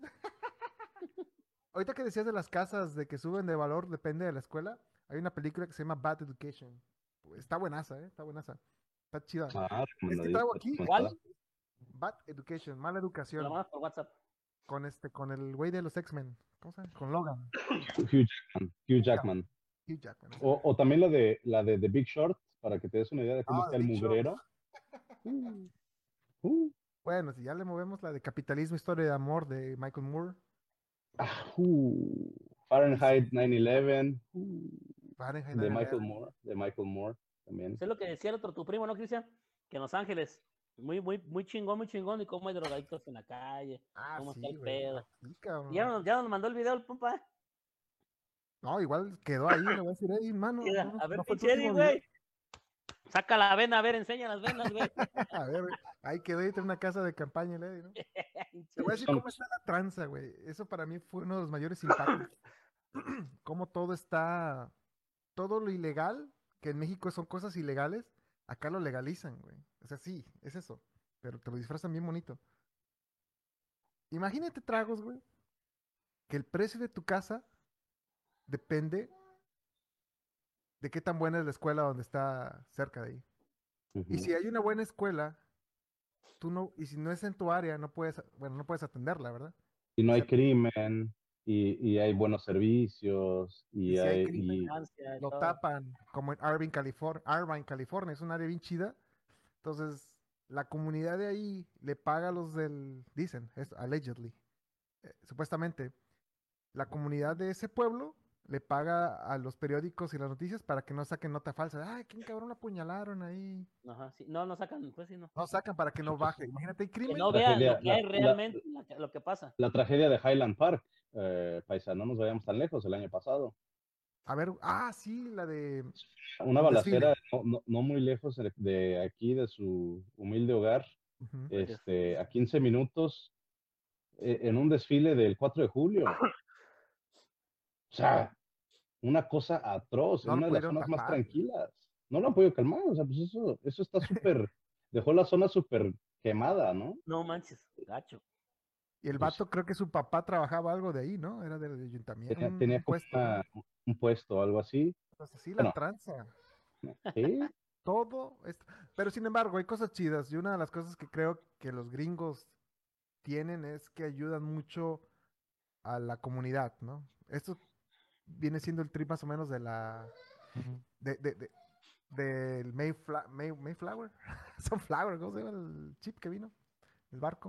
Ahorita que decías de las casas, de que suben de valor, depende de la escuela. Hay una película que se llama Bad Education. Está buenaza, ¿eh? Está buenaza. Está chida. Ah, Es que recomendadita, traigo aquí recomendada. ¿Cuál? Bad Education, mala Me la educación. mandas por WhatsApp. Con este, con el güey de los X-Men. ¿Cómo se llama? Con Logan. Hugh Jackman, Hugh Jackman. Hugh Jackman. ese. O, o también la de la de The Big Short, para que te des una idea de cómo Ah, está The el Big Short. mugrero. Uh, uh, Bueno, si ya le movemos la de Capitalismo, Historia de Amor de Michael Moore. ah, uh. Fahrenheit nueve once, uh, Fahrenheit de nueve Michael once. Moore, de Michael Moore también. Sé lo que decía el otro, tu primo, ¿no, Cristian? Que en Los Ángeles, muy, muy, muy chingón, muy chingón, y cómo hay drogadictos en la calle, Ah, cómo está sí, el güey. pedo. Aquí, cabrón. Y ya nos, ya nos mandó el video el compa. No, igual quedó ahí, le voy a decir, Eddie, mano. Mira, No, no, a ver, no fue tu pinche Eddie, último video. güey. Saca la vena, a ver, enseña las venas, güey. A ver, güey, ahí quedó ahí, tiene una casa de campaña, el Eddie, ¿no? Te voy a decir Son- cómo está la tranza, güey. Eso para mí fue uno de los mayores impactos. Cómo todo está, todo lo ilegal, que en México son cosas ilegales, acá lo legalizan, güey. O sea, sí, es eso, pero te lo disfrazan bien bonito. Imagínate tragos, güey, que el precio de tu casa depende de qué tan buena es la escuela donde está cerca de ahí. Y si Ujú. hay una buena escuela, tú no, y si no es en tu área, no puedes, bueno, no puedes atenderla, ¿verdad? Y no O hay sea, crimen, y, y hay buenos servicios, y y si hay hay, crimen, y Ansia y lo todo. tapan, como en Irvine, California. Irvine, California, es un área bien chida. Entonces, la comunidad de ahí le paga a los del, dicen, es allegedly, eh, supuestamente, la comunidad de ese pueblo le paga a los periódicos y las noticias para que no saquen nota falsa. Ay, quién cabrón lo apuñalaron ahí. Ajá, sí. No, no sacan, pues sí, no. No sacan para que no baje. Imagínate, hay Que crimen. no vean tragedia, lo que la, hay la, realmente, lo que- lo que pasa. la tragedia de Highland Park, eh, paisa, no nos vayamos tan lejos, el año pasado. A ver, ah, sí, la de Una el desfile. balacera no, no- no muy lejos de, de aquí, de su humilde hogar, Ujú. este, a quince minutos, eh, en un desfile del cuatro de julio. O sea, una cosa atroz, en No lo una de las pudieron zonas más tapar. tranquilas. No lo han podido calmar, o sea, pues eso, eso está súper, dejó la zona súper quemada, ¿no? No manches, gacho. Y el Pues vato, creo que su papá trabajaba algo de ahí, ¿no? Era del ayuntamiento, tenía, un, tenía un como puesto, ¿no? una- un puesto o algo así. Entonces, sí, la Bueno, tranza. sí, Todo esto. Pero sin embargo, hay cosas chidas. Y una de las cosas que creo que los gringos tienen es que ayudan mucho a la comunidad, ¿no? Esto viene siendo el trip más o menos de la. De, de, de- del Mayfla- May- Mayflower. Sunflower, ¿cómo se llama el chip que vino? El barco.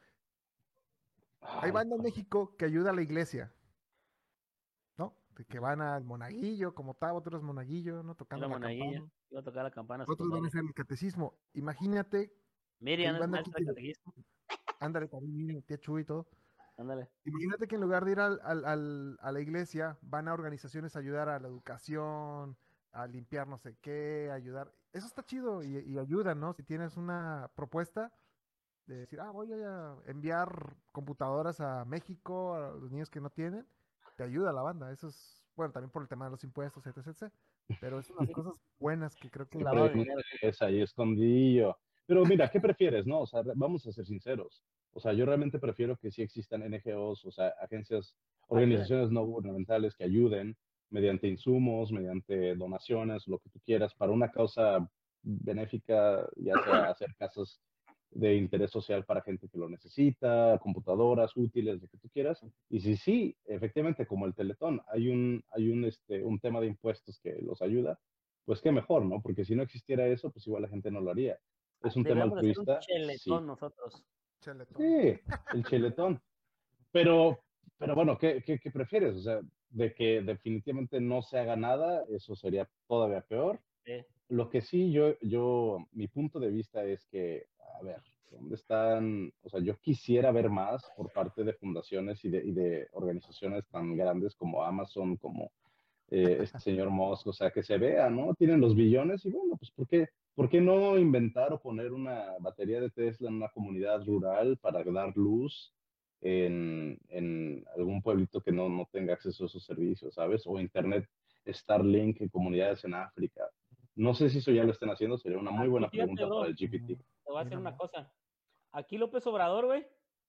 Hay ay, banda en México que ayuda a la iglesia, ¿no? De que van al monaguillo, como tal, otros monaguillo, ¿no? Tocando Era la monaguilla. campana. Iba a tocar la campana a su Otros van a comadre. hacer el catecismo. Imagínate que hay Miriam es banda aquí maestra que, de catequismo. ándale, también, miren, tía Chuy y todo. Ándale. Imagínate que en lugar de ir al, al- al- a la iglesia, van a organizaciones a ayudar a la educación, a limpiar no sé qué, a ayudar. Eso está chido y, y ayuda, ¿no? Si tienes una propuesta de decir, ah, voy a enviar computadoras a México, a los niños que no tienen, te ayuda la banda. Eso es, bueno, también por el tema de los impuestos, etcétera, etcétera. Pero es unas cosas buenas que creo Es que... lavado Siempre de hay un dinero. interés ahí escondidillo. Pero mira, ¿qué prefieres, no? O sea, re- vamos a ser sinceros. O sea, yo realmente prefiero que sí existan N G Os, o sea, agencias, Ayuda. organizaciones no gubernamentales que ayuden mediante insumos, mediante donaciones, lo que tú quieras, para una causa benéfica, ya sea hacer casas de interés social para gente que lo necesita, computadoras útiles, lo que tú quieras. Y si sí, efectivamente, como el Teletón, hay un, hay un, este, un tema de impuestos que los ayuda, pues qué mejor, ¿no? Porque si no existiera eso, pues igual la gente no lo haría. ¿Es un tema Deberíamos de hacer un altruista? cheletón Sí. nosotros. Cheletón. Sí, el cheletón. Pero, pero bueno, ¿qué, qué, qué prefieres? O sea, de que definitivamente no se haga nada, eso sería todavía peor. Eh, Lo que sí, yo, yo, mi punto de vista es que, a ver, ¿dónde están? O sea, yo quisiera ver más por parte de fundaciones y de, y de organizaciones tan grandes como Amazon, como eh, este señor Musk, o sea, que se vea, ¿no? Tienen los billones y bueno, pues ¿por qué, ¿por qué no inventar o poner una batería de Tesla en una comunidad rural para dar luz en, en algún pueblito que no, no tenga acceso a esos servicios, ¿sabes? O Internet Starlink en comunidades en África. No sé si eso ya lo estén haciendo, sería una muy Aquí, buena fíjate, pregunta para bro, el G P T. te voy a Ahí decir una nomás. cosa. Aquí López Obrador, güey,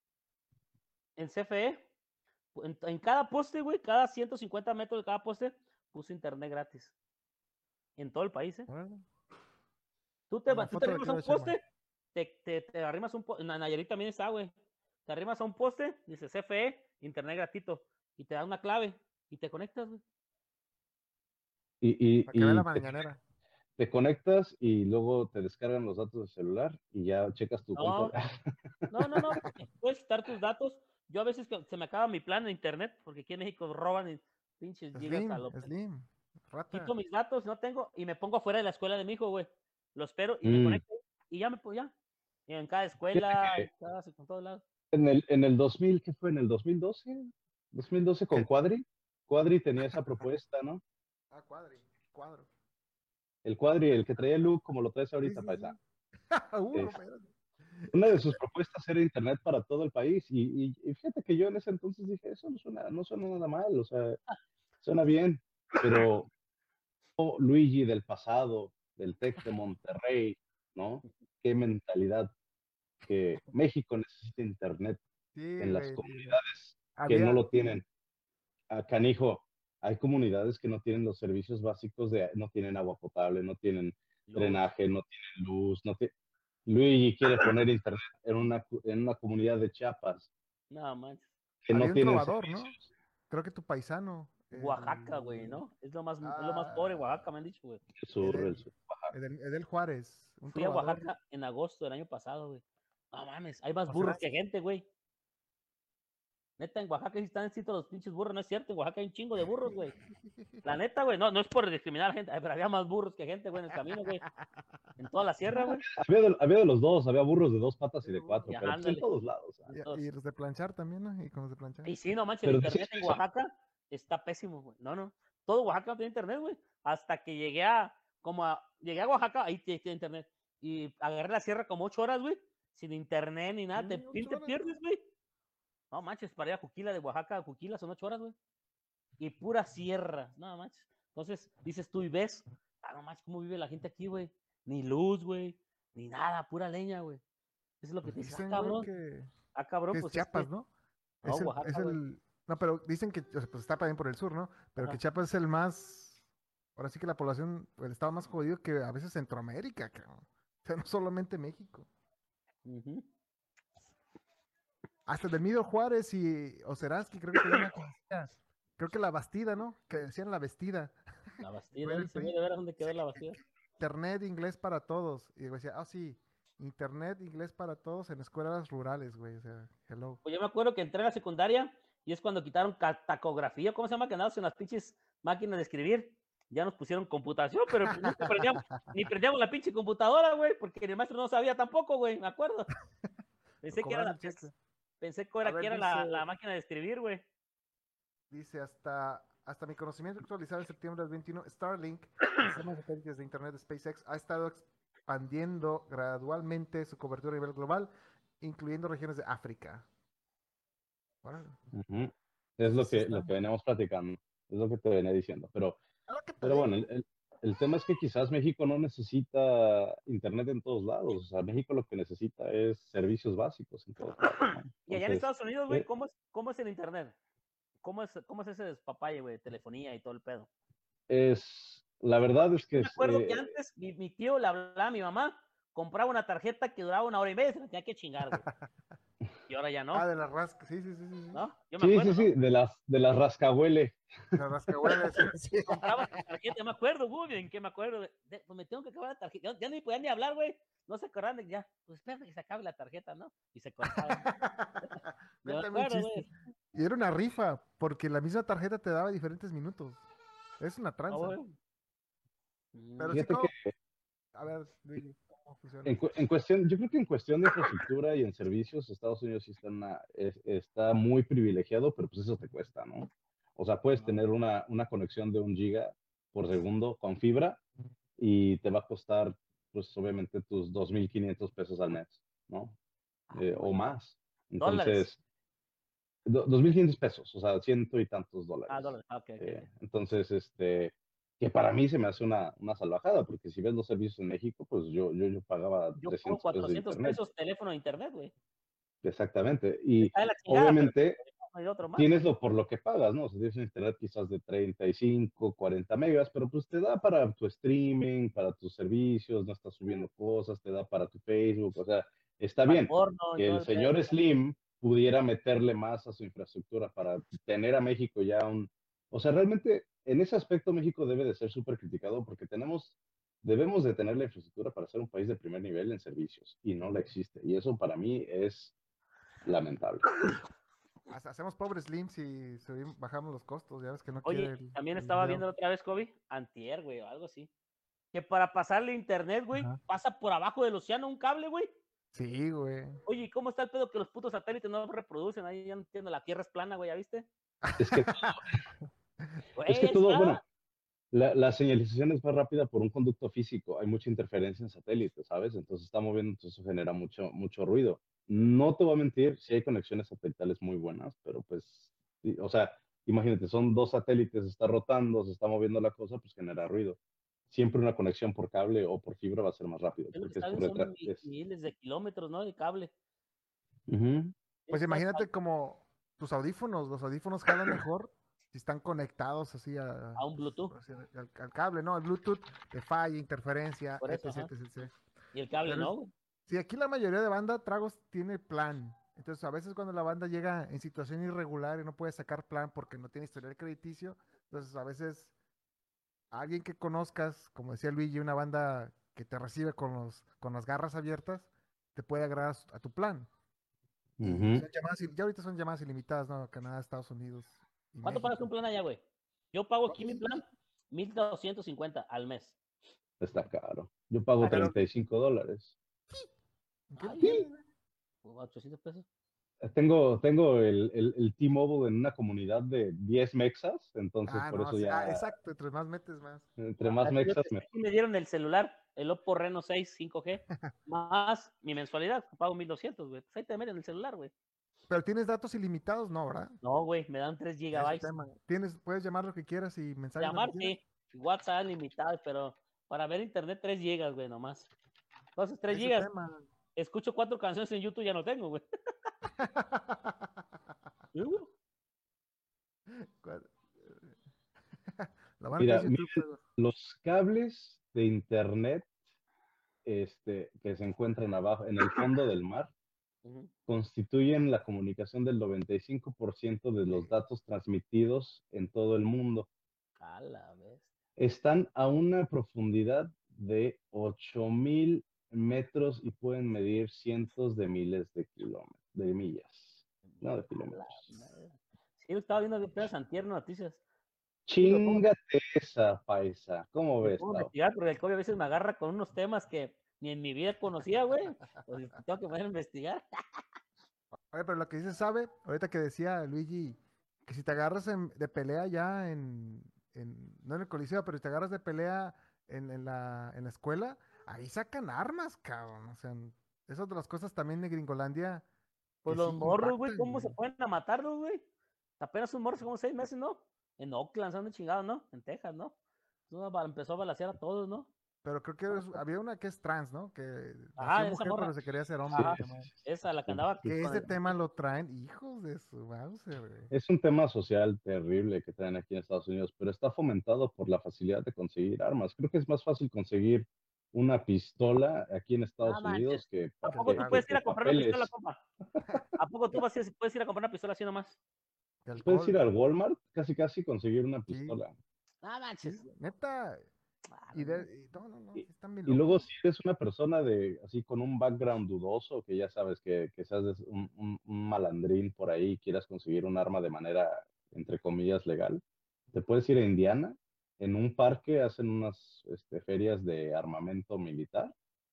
en C F E, en, en cada poste, güey, cada ciento cincuenta metros de cada poste, puso internet gratis. En todo el país, ¿eh? Órale. Tú te, Con la va- tú te foto de arrimas a un Claudia Sheinbaum. poste, te, te, te arrimas a un poste, en Nayarit también está, güey. Te arrimas a un poste, dice C F E, internet gratuito, y te da una clave, y te conectas, güey. Y, y, Para que vea la y te, mañanera. te conectas y luego te descargan los datos del celular y ya checas tu cuenta. No, no, no, no, porque puedes quitar tus datos. Yo a veces que se me acaba mi plan de internet, porque aquí en México roban y pinches gigas a Slim, lo Slim. Rata. quito mis datos, no tengo, y me pongo afuera de la escuela de mi hijo, güey. Lo espero y me Mm. conecto y ya me pues ya. Y en cada Fíjate escuela, en que cada, en todos lados. en el, en el dos mil, ¿qué fue? ¿En el dos mil doce? ¿dos mil doce con ¿Qué? Quadri? Quadri tenía esa propuesta, ¿no? Ah, cuadri. Cuadro. El Quadri, el que traía el look como lo traes Sí, ahorita, sí, paisa. sí. Burro, Es- espérate. una de sus propuestas era internet para todo el país y, y- y fíjate que yo en ese entonces dije, eso no suena, no suena nada mal, o sea, suena bien, pero oh, Luigi del pasado, del Tec de Monterrey, ¿no? Qué mentalidad que México necesita internet Sí, en las güey. comunidades que no Había. lo tienen. A Canijo, hay comunidades que no tienen los servicios básicos de, no tienen agua potable, no tienen Luz. drenaje, no tienen luz, no tienen... Luigi quiere poner internet en una, en una comunidad de Chiapas No manches. que no Había un tienen trovador, ¿no? servicios. Creo que tu paisano. Oaxaca, güey, El. ¿no? Es lo más, es lo más pobre, Ah, Oaxaca, me han dicho, güey. El sur, el Edel. sur. Edel, Edel Juárez. Un Fui a trovador. Oaxaca en agosto del año pasado, güey. No mames, hay más ¿O burros será? que gente, güey. Neta, en Oaxaca sí están escritos los pinches burros, no es cierto, en Oaxaca hay un chingo de burros, güey. La neta, güey, no, no es por discriminar a la gente, pero había más burros que gente, güey, en el camino, güey. En toda la sierra, güey. Había de, había de los dos, había burros de dos patas y Había de burro. cuatro, Y pero pues en ándale. todos lados. ¿Ah? Y, y los de planchar también, ¿no? Y con los de planchar. Y sí, no manches, el Pero internet decías en eso, Oaxaca está pésimo, güey. No, no. Todo Oaxaca no tiene internet, güey. Hasta que llegué a, como a, llegué a Oaxaca, ahí tiene internet. Y agarré la sierra como ocho horas, güey. Sin internet ni nada. Te, Sí, pin- ocho te horas, pierdes, güey. No manches, para ir a Juquila, de Oaxaca a Juquila son ocho horas, güey. Y pura sierra, no manches. Entonces, dices tú y ves, ah, no manches, cómo vive la gente aquí, güey. Ni luz, güey. Ni nada, pura leña, güey. Eso es lo que pues te dice, ah, dicen, güey, cabrón. que, Ah, cabrón, que es pues es que, Chiapas, ¿no? no, Es el, es Oaxaca, güey. el, no, pero dicen que, o sea, pues está también por el sur, ¿no? Pero que Ajá. Chiapas es el más, ahora sí que la población, el estado más jodido que a veces Centroamérica, cabrón. O sea, no solamente México. Ujú. Hasta del Mido Juárez y Oceransky, creo que tenía una conocida, creo que la Bastida, ¿no? Que decían la vestida. La Fue Bastida, del dice, güey, P R I. de veras, ¿dónde quedó Dice la que Bastida? Internet, inglés para todos. Y decía, ah, sí, Internet, inglés para todos en escuelas rurales, güey. O sea, hello. Pues yo me acuerdo que entré a la secundaria y es cuando quitaron ca- tacografía, ¿cómo se llama? Que andabas en las pinches máquinas de escribir. Ya nos pusieron computación, pero pues nunca prendíamos, ni prendíamos la pinche computadora, güey, porque el maestro no sabía tampoco, güey, me acuerdo. Por Pensé que era cobrarse la, el cheque. Pensé que era, ver, que era la, dice- la máquina de escribir, güey. Dice, hasta, hasta mi conocimiento actualizado en septiembre del veintiuno, Starlink, el sistema de satélites de Internet de SpaceX, ha estado expandiendo gradualmente su cobertura a nivel global, incluyendo regiones de África. Órale, Ujú. Es sí, lo sí que, está. lo que veníamos platicando, es lo que te venía diciendo. Pero, A lo que te pero bueno, digo. el, el- el tema es que quizás México no necesita internet en todos lados. O sea, México lo que necesita es servicios básicos en todos lados, ¿no? Y allá en Entonces, Estados Unidos, güey, eh, ¿cómo es, cómo es el internet? ¿Cómo es, cómo es ese despapalle, güey? Telefonía y todo el pedo. es, la verdad es que Yo me es, acuerdo que eh, antes mi, mi tío le hablaba a mi mamá, compraba una tarjeta que duraba una hora y media, se la tenía que chingar, güey. Y ahora ya Ah, no, de las rascas, sí, sí, sí, sí, sí. ¿no? Yo me sí, acuerdo, sí, ¿no? sí, de las, de las rascahuele. Las rascahuelas, sí, sí. Compraba su tarjeta, ya me acuerdo, güey, ¿en qué me acuerdo? De- de- pues me tengo que acabar la tarjeta. Ya, ya ni podían ni hablar, güey. No se acordaban de ya, pues espérate que se acabe la tarjeta, ¿no? Y se cortaba. Yo me Cuéntame un acuerdo, chiste. güey. Y era una rifa, porque la misma tarjeta te daba diferentes minutos. Es una No, tranza. güey. Pero Mm. sí, Fíjate que como, a ver, Luigi, ¿cómo funciona? en, cu- en cuestión, yo creo que en cuestión de infraestructura y en servicios, Estados Unidos sí está, en una- es- está muy privilegiado, pero pues eso te cuesta, ¿no? O sea, puedes No. tener una, una conexión de un giga por segundo con fibra y te va a costar, pues obviamente, tus dos mil quinientos pesos al mes, ¿no? Ah, Eh, o güey. más. Dólares. Entonces, do- dos mil quinientos pesos, o sea, ciento y tantos Ah, dólares. dólares. Ah, ok, ok, Eh, ok. entonces, este, que para mí se me hace una, una salvajada, porque si ves los servicios en México, pues yo, yo, yo pagaba Yo pago trescientos pesos de cuatrocientos internet. pesos teléfono de internet, güey. Exactamente. Y Está de la chingada, pero obviamente no hay otro más, tienes güey. lo por lo que pagas, ¿no? O sea, tienes un internet quizás de treinta y cinco, cuarenta megas, pero pues te da para tu streaming, para tus servicios, no estás subiendo cosas, te da para tu Facebook, o sea, está Para el bien porno y que todo el el pedo. señor Slim pudiera meterle más a su infraestructura para tener a México ya un... O sea, realmente en ese aspecto México debe de ser súper criticado porque tenemos, debemos de tener la infraestructura para ser un país de primer nivel en servicios y no la existe. Y eso para mí es lamentable. Hasta hacemos pobres Slims y subimos- bajamos los costos, ya ves que no quiere Oye, el, también el estaba video. viendo la otra vez, Kobe, antier, güey, o algo así. Que para pasarle internet, güey, Ajá. pasa por abajo del océano un cable, güey. Sí, güey. Oye, ¿y cómo está el pedo que los putos satélites no reproducen? Ahí ya no entiendo, la Tierra es plana, güey, ¿ya viste? Es que, es Güey, que es todo, plana. bueno, la, la señalización es más rápida por un conducto físico. Hay mucha interferencia en satélites, ¿sabes? Entonces está moviendo, entonces eso genera mucho, mucho ruido. No te voy a mentir, sí hay conexiones satelitales muy buenas, pero pues, sí, o sea, imagínate, son dos satélites, está rotando, se está moviendo la cosa, pues genera ruido. Siempre una conexión por cable o por fibra va a ser más rápido, Es lo que porque es está por viendo, son detrás. mi- Es, miles de kilómetros, ¿no? De cable. Ujú. Pues Está imagínate como tus audífonos, los audífonos jalan mejor si están conectados así a, a un Bluetooth, pues, al, al- al cable, ¿no? El Bluetooth te falla, interferencia, por eso, etc, ajá. etcétera. Y el cable, Pero es- ¿no, güey? si aquí la mayoría de banda tragos tiene plan. Entonces a veces cuando la banda llega en situación irregular y no puede sacar plan porque no tiene historial crediticio, entonces a veces alguien que conozcas, como decía Luigi, una banda que te recibe con los, con las garras abiertas, te puede agregar a, su- a tu plan. Y Ujú. son llamadas, il- ya ahorita son llamadas ilimitadas, ¿no? Canadá, Estados Unidos y ¿Cuánto pagas un México. plan allá, güey? Yo pago No, aquí mi bien, plan, mil doscientos cincuenta al mes. Está caro. Yo pago Aquí, pero treinta y cinco dólares. ¿en qué ay, lo güey, tienes, güey? como ochocientos pesos. Tengo, tengo el, el, el T-Mobile en una comunidad de diez mexas, entonces Ah, por no, eso sí, ah, ya, exacto, entre más metes más. entre más Aquí, mexas, mejor. aquí me dieron el celular, el Oppo Reno seis cinco G, más mi mensualidad, que pago mil doscientos, güey. Pues ahí te meten el celular, güey. Pero tienes datos ilimitados, ¿no, verdad? No, güey, me dan tres Es el gigabytes. tema. Tienes, puedes llamar lo que quieras y mensajes lo que Llamar, quieras. sí. WhatsApp limitado, pero para ver internet tres gigas, güey, nomás. Entonces, tres Es el gigas. tema. Escucho cuatro canciones en YouTube, ya no tengo, güey. Uh, ¿Cuál? La banda que Mira, es mi- YouTube, juegos. los cables de internet este, que se encuentran abajo, en el fondo del mar, ujú. constituyen la comunicación del noventa y cinco por ciento de los Sí. datos transmitidos en todo el mundo. A la vez. Están a una profundidad de ocho mil metros y pueden medir cientos de miles de kilómetros, de millas, no de A la kilómetros. madre. Sí, yo estaba viendo apenas antier noticias. Sí, me pongo, Chingate esa, paisa. ¿Cómo me ves, pongo a Tao? investigar porque el COVID a veces me agarra con unos temas que ni en mi vida conocía, güey. Pues tengo que poner a investigar. Oye, pero lo que dice sabe, ahorita que decía Luigi, que si te agarras en- de pelea ya en, en- no en el coliseo, pero si te agarras de pelea en, en la, en la escuela, ahí sacan armas, cabrón. O sea, esas son de las cosas también de Gringolandia Pues que los sí morros, güey, impactan, ¿cómo se güey. pueden a matarlos, güey? Apenas un morro, como seis meses, ¿no? En Oakland, ¿son de chingados, no? En Texas, ¿no? Una bala- empezó a balacear a todos, ¿no? Pero creo que es- había una que es trans, ¿no? Que nació Ajá, esa mujer, pero morra. se quería hacer Sí, hombre. Ajá, sí, También. sí, sí, esa, la que sí, andaba sí. Que con ese el tema lo traen, hijos de su Bowser, güey. Es un tema social terrible que traen aquí en Estados Unidos, pero está fomentado por la facilidad de conseguir armas. Creo que es más fácil conseguir una pistola aquí en No Estados manches. Unidos que, ¿A pa- poco que, tú Claro, que- puedes ir que a comprar una pistola, papeles. compa? ¿A poco tú vas a, puedes ir a comprar una pistola así nomás? de Puedes ir alcohol, al Walmart, casi casi conseguir una sí, pistola. No manches. sí, neta. Ah, Y no, de, y- no, no, no, Y, sí están bien y luego locos. si eres una persona de así con un background dudoso, que ya sabes que, que seas des- un, un- un malandrín por ahí y quieras conseguir un arma de manera, entre comillas, legal, te puedes ir a Indiana, en un parque hacen unas este, ferias de armamento militar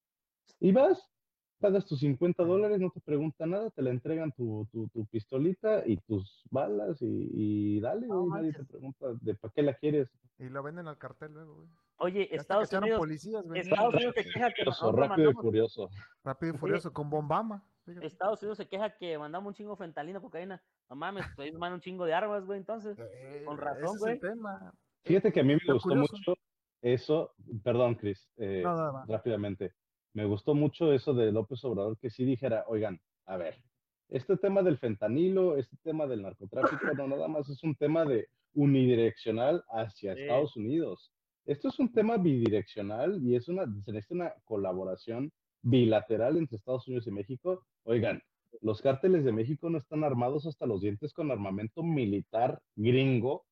y vas, pagas tus cincuenta Sí. dólares, no te preguntan nada, te la entregan tu, tu, tu pistolita y tus balas y, y dale, no güey, nadie te manches. pregunta de para qué la quieres. Y lo venden al cartel luego, güey. Oye, Ya hasta Estados cacharon Unidos, policías Estados vendiendo Unidos se queja que ma- Furioso, nosotros rápido y mandamos, furioso. rápido y oye, furioso con Bombama. Fíjate. Estados Unidos se queja que mandamos un chingo de fentanilo, cocaína. No mames, pues ellos mandan un chingo de armas, güey, entonces. Eh, Con ese razón, es el güey. tema. Eh, Fíjate que a eh, mí y me lo gustó curioso. mucho eso, perdón, Cris, eh, No, nada más. rápidamente, me gustó mucho eso de López Obrador, que sí dijera, oigan, a ver, este tema del fentanilo, este tema del narcotráfico, no nada más es un tema de unidireccional hacia Sí. Estados Unidos. Esto es un tema bidireccional y es una, se necesita una colaboración bilateral entre Estados Unidos y México. Oigan, los cárteles de México no están armados hasta los dientes con armamento militar gringo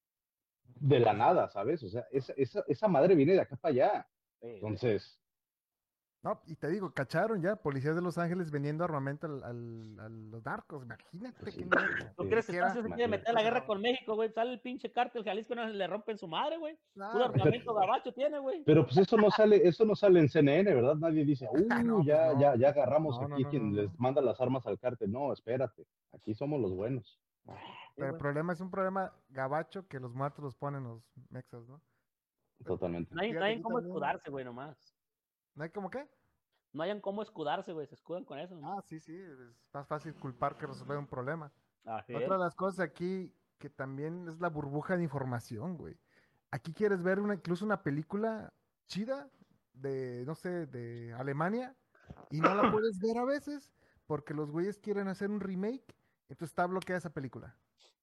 de la nada, ¿sabes? O sea, esa, esa, esa madre viene de acá para allá. Sí, güey. Entonces, No, y te digo, cacharon ya policías de Los Ángeles vendiendo armamento al, al- a los narcos. Imagínate pues qué sí, miedo. ¿Tú sí, crees que Estados Quisiera. Unidos se quiere meter a imagínate. la guerra con México, güey? Sale el pinche cártel Jalisco, no le rompen su madre, güey. Puro No, güey. armamento gabacho tiene, güey. Pero pues eso no sale, eso no sale en C N N, ¿verdad? Nadie dice, Ah, uh, no, pues ya, ya, no. ya agarramos No, no, aquí no, no, quien les no. manda las armas al cártel. No, espérate, aquí somos los buenos. Sí, Pero el güey. problema es un problema gabacho que los muertos los ponen los mexas, ¿no? Totalmente. No hay, no Fíjate hay aquí cómo también. escudarse, güey, nomás. ¿No hay como qué? No hayan cómo escudarse, güey. Se escudan con eso nomás. Ah, sí, sí. Es más fácil culpar que resolver un problema. Así Otra es. de las cosas aquí que también es la burbuja de información, güey. Aquí quieres ver una, incluso una película chida de, no sé, de Alemania y no la puedes ver a veces porque los güeyes quieren hacer un remake, entonces está bloqueada esa película.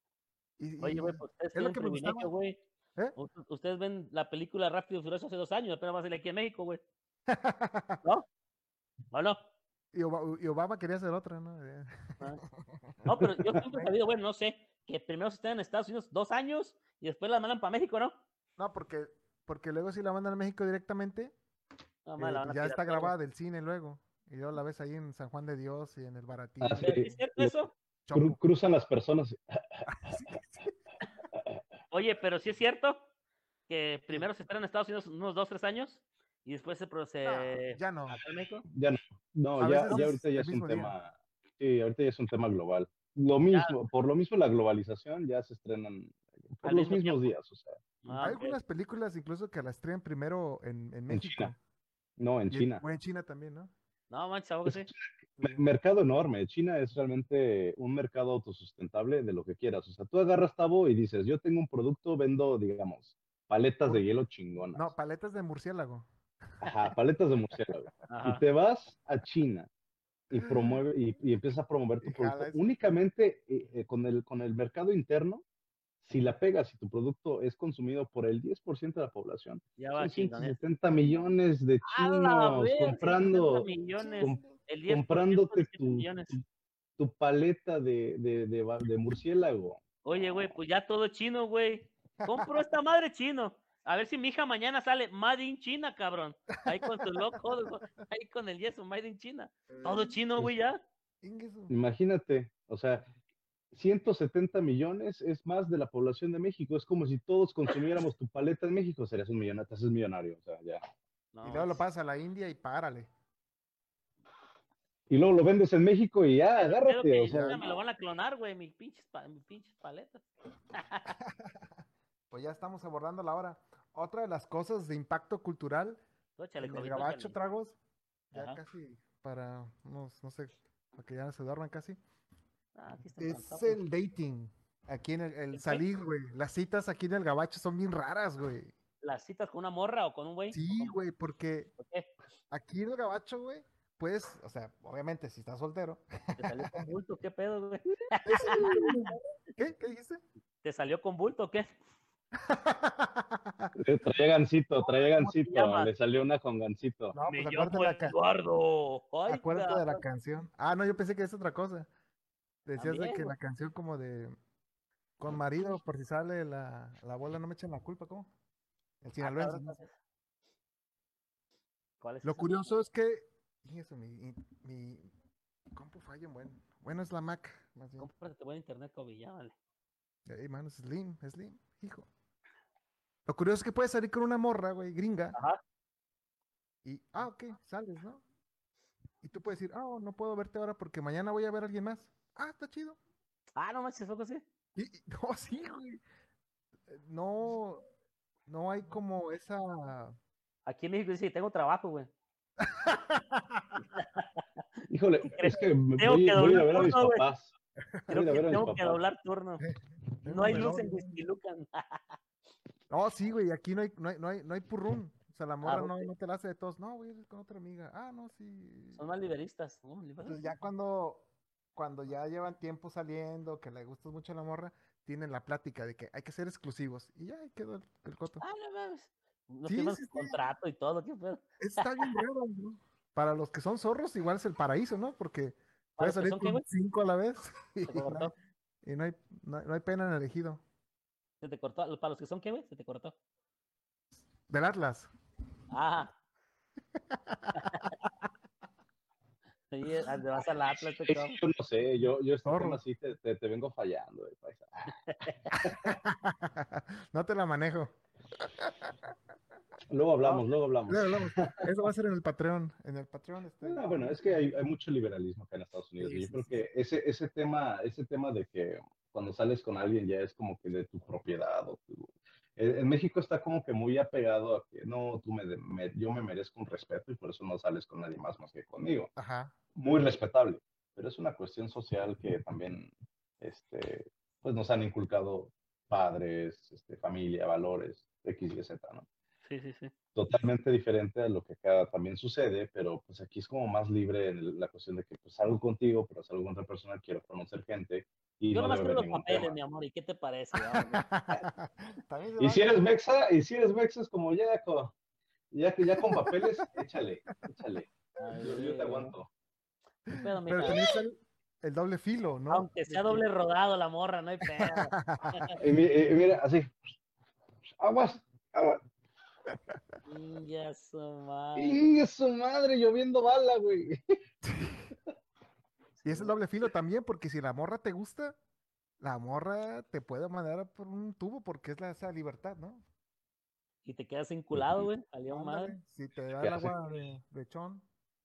Y, Oye, güey, y pues ustedes es lo tienen que me gustaba, privilegio, güey. ¿eh? U- Ustedes ven la película Rápido y Furioso hace dos años, apenas va a salir aquí en México, güey. ¿No? ¿O no? Y Obama, y Obama quería hacer otra, ¿no? Eh, Ah. No, pero yo siempre he sabido, bueno, no sé, que primero se están en Estados Unidos dos años y después la mandan para México, ¿no? No, porque, porque luego si la mandan a México directamente, No, más eh, la van pues a ya está piratear, güey. grabada del cine luego. Y luego la ves ahí en San Juan de Dios y en el Ah, Baratillo, sí, ¿Pero sí y es cierto lo- eso? cru- Chopo. cruzan las personas. Sí, sí, Oye, pero sí es cierto que sí. primero se están en Estados Unidos unos dos, tres años y después se No, procede ya no. acá en México. Ya no, no, A ya, veces ya es ahorita ya el es un mismo día. tema, sí, ahorita ya es un tema global. Lo Ya, mismo, por lo mismo la globalización ya se estrenan por al los mismo mismos tiempo. días, o sea, Ah, Hay ok. algunas películas incluso que las traen primero en, en en China, México. no en Y en, China. o en China también, ¿no? No, manches, ¿a poco Es sí? Sí. me- mercado enorme. China es realmente un mercado autosustentable de lo que quieras. O sea, tú agarras Tabo y dices, yo tengo un producto, vendo, digamos, paletas de Mur- hielo no, chingonas. paletas de murciélago. Ajá, paletas de murciélago. Y Ajá. te vas a China y promueve y, y empiezas a promover tu Y producto jala eso. únicamente eh, eh, con el, con el mercado interno. Si la pegas y tu producto es consumido por el diez por ciento de la población, Ya va son ciento chingones. setenta millones de A la chinos ver, ciento setenta comprando, millones. com- El diez por ciento de comprándote ciento tu, millones. tu, tu paleta de, de, de, va- de murciélago. Oye, güey, pues ya todo chino, güey. Compro esta madre chino. A ver si mi hija mañana sale Made in China, cabrón. Ahí con su loco, ahí con el yeso, Made in China. Todo chino, Pues güey, ya. Ingueso. imagínate, o sea, ciento setenta millones es más de la población de México. Es como si todos consumiéramos tu paleta en México, serías un millonario, te haces millonario, o sea, ya. Y No, luego lo manches. pasa a la India y párale. y luego lo vendes en México y ya, Creo agárrate, que o sea, ya me lo van a clonar, güey, mis pinches, pa- mis pinches paletas. Pues ya estamos abordando la hora. Otra de las cosas de impacto cultural Tú échale, en el COVID, tú gabacho échale. tragos, ya Ajá. casi para unos, no sé, para que ya se duerman casi, Ah, aquí está es encantado. el dating. Aquí en el, el ¿El qué? salir, güey. Las citas aquí en el gabacho son bien raras, güey. ¿Las citas con una morra o con un güey? ¿O Sí, con güey, porque ¿por qué? aquí en el gabacho, güey, pues, o sea, obviamente si estás soltero. ¿Te salió con bulto? ¿Qué pedo, güey? Es- ¿Qué? ¿Qué dijiste? ¿Te salió con bulto o qué? eh, traía gancito, traía ¿Cómo te gancito, llamas? le salió una con gancito. No, Me pues acuérdate llamo la, ca- Eduardo. Ay, acuérdate de la cabrón. canción. Ah, no, yo pensé que es otra cosa. Decías de También, que güey. la canción como de con marido, por si sale la, la abuela, no me echen la culpa, ¿cómo? El Ah, sinaloense, cabrón. ¿no? ¿Cuál es Lo esa? curioso es que, y eso, mi, mi compu falla en buen. Bueno, es la Mac, más bien. Cómprate buen internet, Kobe, ya, vale. Ey, mano, es Slim, Slim, hijo. Lo curioso es que puedes salir con una morra, güey, gringa, Ajá. y, ah, ok, sales, ¿no? Y tú puedes decir, ah, oh, no puedo verte ahora porque mañana voy a ver a alguien más. Ah, está chido. Ah, no manches, poco sí. Y, y- no, sí, güey. Eh, No, no hay como esa. Aquí en México dice, tengo trabajo, güey. Híjole, ¿Qué crees? es que me Tengo voy, que voy a ir doblar a ver a mis turno, güey. papás. Voy a Creo ir a que ver a mis tengo que papás. doblar turno. Eh, No tengo hay luz velorio. en Huixquilucan. No, sí, güey, aquí no hay, no hay, no hay, no hay purrún. O sea, la Ah, morra no, ok. no te la hace de todos. No, voy a ir con otra amiga. Ah, no, sí. Son más liberistas. ¿No? Entonces Liberales. ya cuando, cuando ya llevan tiempo saliendo, que le gustas mucho a la morra, tienen la plática de que hay que ser exclusivos. Y ya ahí quedó el, el coto. Ah, no mames. No Sí, firman sí, su sí. contrato y todo, ¿qué pedo? Está bien raro, ¿no? Para los que son zorros, igual es el paraíso, ¿no? Porque ¿Para puedes los que salir son qué, con güey? cinco a la vez y Se no hay, cortó. y no hay, no hay, no hay pena en el elegido. Se te cortó. ¿Para los que son qué, güey? Se te cortó. Del Atlas. Ah, sí, a- le vas al Atlas, este Sí, sí, cabrón. yo no sé, yo, yo este tema Zorros. sí te, te, te vengo fallando, eh, paisa. No te la manejo. Luego No, hablamos, luego Luego hablamos. hablamos. Eso va a ser en el Patreon. En el Patreon, este, Ah, ya bueno, vamos. es que hay, hay mucho liberalismo acá en Estados Unidos. Sí, Y yo sí, creo sí, sí. que ese, ese tema, ese tema de que cuando sales con alguien ya es como que de tu propiedad. O tu- En en México está como que muy apegado a que no, tú me, de- me- yo me merezco un respeto y por eso no sales con nadie más más que conmigo. Ajá. Muy respetable, pero es una cuestión social que también, este, pues nos han inculcado padres, este, familia, valores, X y Z, ¿no? sí, sí, sí. Totalmente diferente a lo que acá también sucede, pero pues aquí es como más libre en la cuestión de que pues salgo contigo, pero salgo con otra persona, quiero conocer gente y Yo no nomás debe quiero haber los ningún papeles, tema. mi amor. ¿Y qué te parece? Vamos. También se Y si vale, eres ¿no? mexa, y si eres mexa es como ya, co- ya, que ya con papeles, échale, échale. Ay, Yo, yo te güey. aguanto. ¿Qué pedo, Pero mija? también está el, el doble filo, ¿no? Aunque De sea que... doble rodado la morra, no hay pedo. Y, mi- y mira, así, aguas, aguas. Inga su madre. Y su madre lloviendo bala, güey. Y es el doble filo también, porque si la morra te gusta, la morra te puede mandar por un tubo porque es la, esa libertad, ¿no? Y te quedas enculado, güey. Salió madre. Ándale, si te da ¿Qué el hace? agua de, de chón.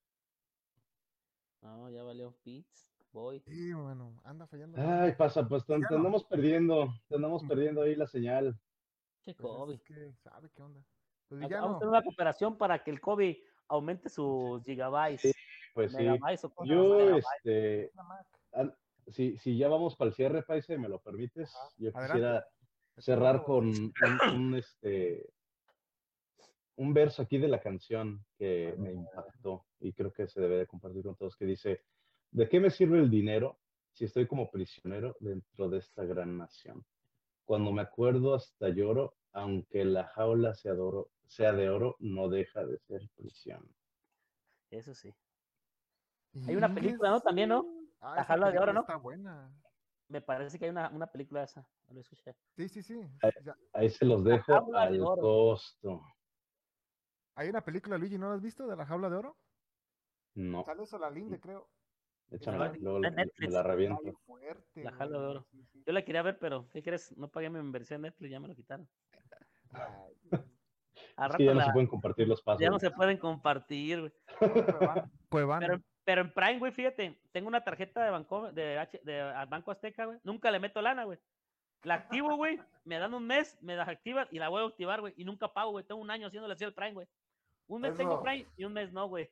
No, ya valió Pitts. Voy. Y bueno, anda fallando la Ay, línea. pasa, pues te, Y ya te no. andamos perdiendo, te andamos perdiendo ahí la señal. Che, Pues es, Kobe. es que sabe qué onda. Pues Vamos a hacer villano. una cooperación para que el Kobe aumente sus Sí, gigabytes. pues sí. Megabytes o cosas más. Yo, Terabytes. este, La Mac. an- si, si ya vamos para el cierre, Paise, me lo Ajá. permites, yo Adelante. quisiera De tus cerrar huevos. con un, un, este, un verso aquí de la canción A que ver, me a ver. impactó y creo que se debe de compartir con todos, que dice, ¿de qué me sirve el dinero si estoy como prisionero dentro de esta gran nación? Cuando me acuerdo hasta lloro, aunque la jaula sea de oro, sea de oro, no deja de ser prisión. Eso sí. Hay una Ingues. película, ¿no? También, ¿no? Ah, La esa jaula de oro, película ¿no? está buena. Me parece que hay una, una película de esa. No lo escuché. Sí, sí, sí. Ya. Ahí se los La dejo jaula de al oro. costo. Hay una película, Luigi, ¿no la has visto? De la jaula de oro. No, Sale Solalinde, creo. No, échamela, Está, luego está en la- me la Netflix. está bien reviento. fuerte, La jaula de güey. oro. Sí, sí. Yo la quería ver, pero ¿qué crees? No pagué mi inversión en Netflix, ya me lo quitaron. Ay, Al Es que rato ya no la, se pueden compartir los ya no passwords. se pueden compartir, güey. Cuevana. Pero Cuevana. Pero en Prime, güey, fíjate, tengo una tarjeta de Banco, de, H, de a- Banco Azteca, güey. Nunca le meto lana, güey. La activo, güey. Me dan un mes, me las activan y la vuelvo a activar, güey. Y nunca pago, güey. Tengo un año haciéndole así al Prime, güey. Un mes tengo Eso Prime y un mes no, güey.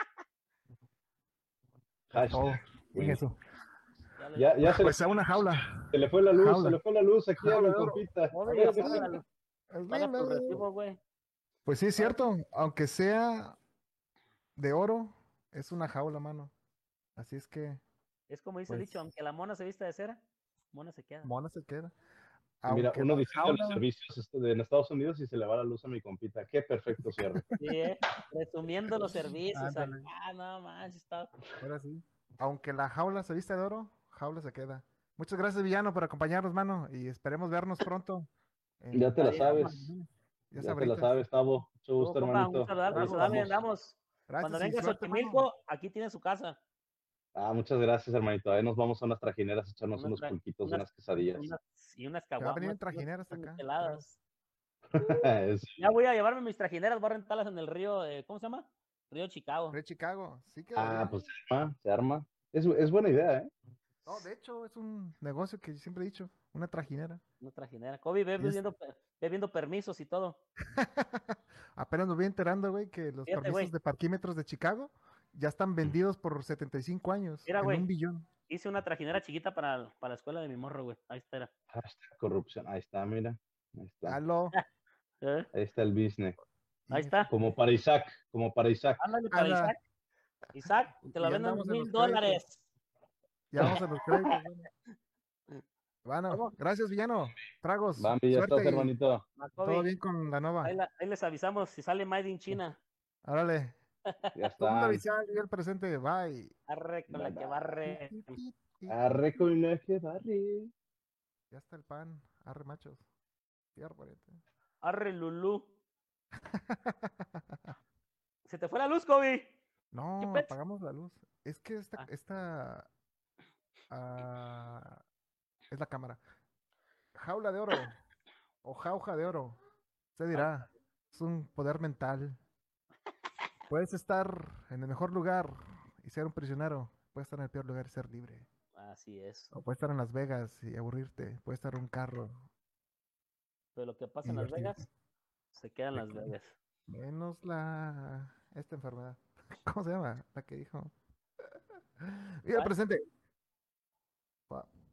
es todo. Hashtag, En güey. eso. Ya le Ya, ya se le, Pues a una jaula. se le fue la luz, Jaula. se le fue la luz aquí a Jaula mi de oro. compita. no, A güey, ver, apaga la déjame- luz. Es Paga linda, tus güey. recibos, güey. Pues sí, es cierto. Aunque sea de oro, es una jaula, mano. Así es que, Es como dice el pues, dicho, aunque la mona se vista de cera, mona se queda. mona se queda. Y mira, Aunque uno la diciendo los jaula, servicios este, de- en Estados Unidos y se le va la luz a mi compita. Qué perfecto cierre. Sí, eh. Resumiendo los servicios Ándale. acá, no manches, está. ahora sí. Aunque la jaula se viste de oro, jaula se queda. Muchas gracias, Villano, por acompañarnos, mano. Y esperemos vernos pronto. en- Ya te la Ahí sabes. Ya Ya te la sabritas. sabes, Tavo. Mucho Tú, gusto, compa, un gusto hermanito. saludarte, Ahí saludarle, estamos. andamos. Gracias Cuando y venga a suerte, mano. Xochimilco, aquí tiene su casa. Ah, muchas gracias, hermanito. Ahí nos vamos a unas trajineras a echarnos Unas unos tra- pulquitos y unas- unas quesadillas. unas- y unas Se va a venir en caguamas, unas trajinera hasta unas acá. heladas. Es- Ya voy a llevarme mis trajineras, voy a rentarlas en el río, eh, ¿cómo se llama? Río Chicago. Re Chicago. Sí Ah, quedaría. pues se arma, se arma. Es, es buena idea, ¿eh? No, de hecho, es un negocio que siempre he dicho. Una trajinera. Una trajinera. Kobe, ve Y es- viendo, pe- ve viendo permisos y todo. Apenas me voy enterando, güey, que los Fíjate, permisos güey. de parquímetros de Chicago ya están vendidos por setenta y cinco años. Mira, en güey. un billón. Hice una trajinera chiquita para, para la escuela de mi morro, güey. Ahí está. Era. Hashtag corrupción. Ahí está, mira. Ahí está. Aló. ¿Eh? Ahí está el business. Ahí Y- está. Como para Isaac, como para Isaac. Ándale para Anda. Isaac. Isaac, te lo Y venden andamos en mil los créditos. dólares. Ya vamos a los créditos. Bueno, Bueno, ¿Cómo? gracias, Villano. Tragos. Bambi, ya Suerte estás, y hermanito. Va, Kobe. todo bien con la nova. Ahí, la- ahí les avisamos si sale Made in China. Árale. Ya Todo el mundo están. avisar y el presente. Bye. Arre con Bye, la que bye. barre. Arre con la que barre. Ya está el pan. Arre, machos. Fierro, pariente. Arre Lulú. Se te fue la luz, Kobe. No, Chupet. apagamos la luz. Es que esta, Ah. esta ah, es la cámara. Jaula de oro o jauja de oro. Se dirá. Es un poder mental. Puedes estar en el mejor lugar y ser un prisionero. Puedes estar en el peor lugar y ser libre. Así es. O puedes estar en Las Vegas y aburrirte. Puedes estar en un carro. Pero lo que pasa y en Las divertirte. Vegas, se queda en Se Las queda. Vegas. Menos la... Esta enfermedad. ¿Cómo se llama? La que dijo. Mira el ¿Cuál? presente. Pa-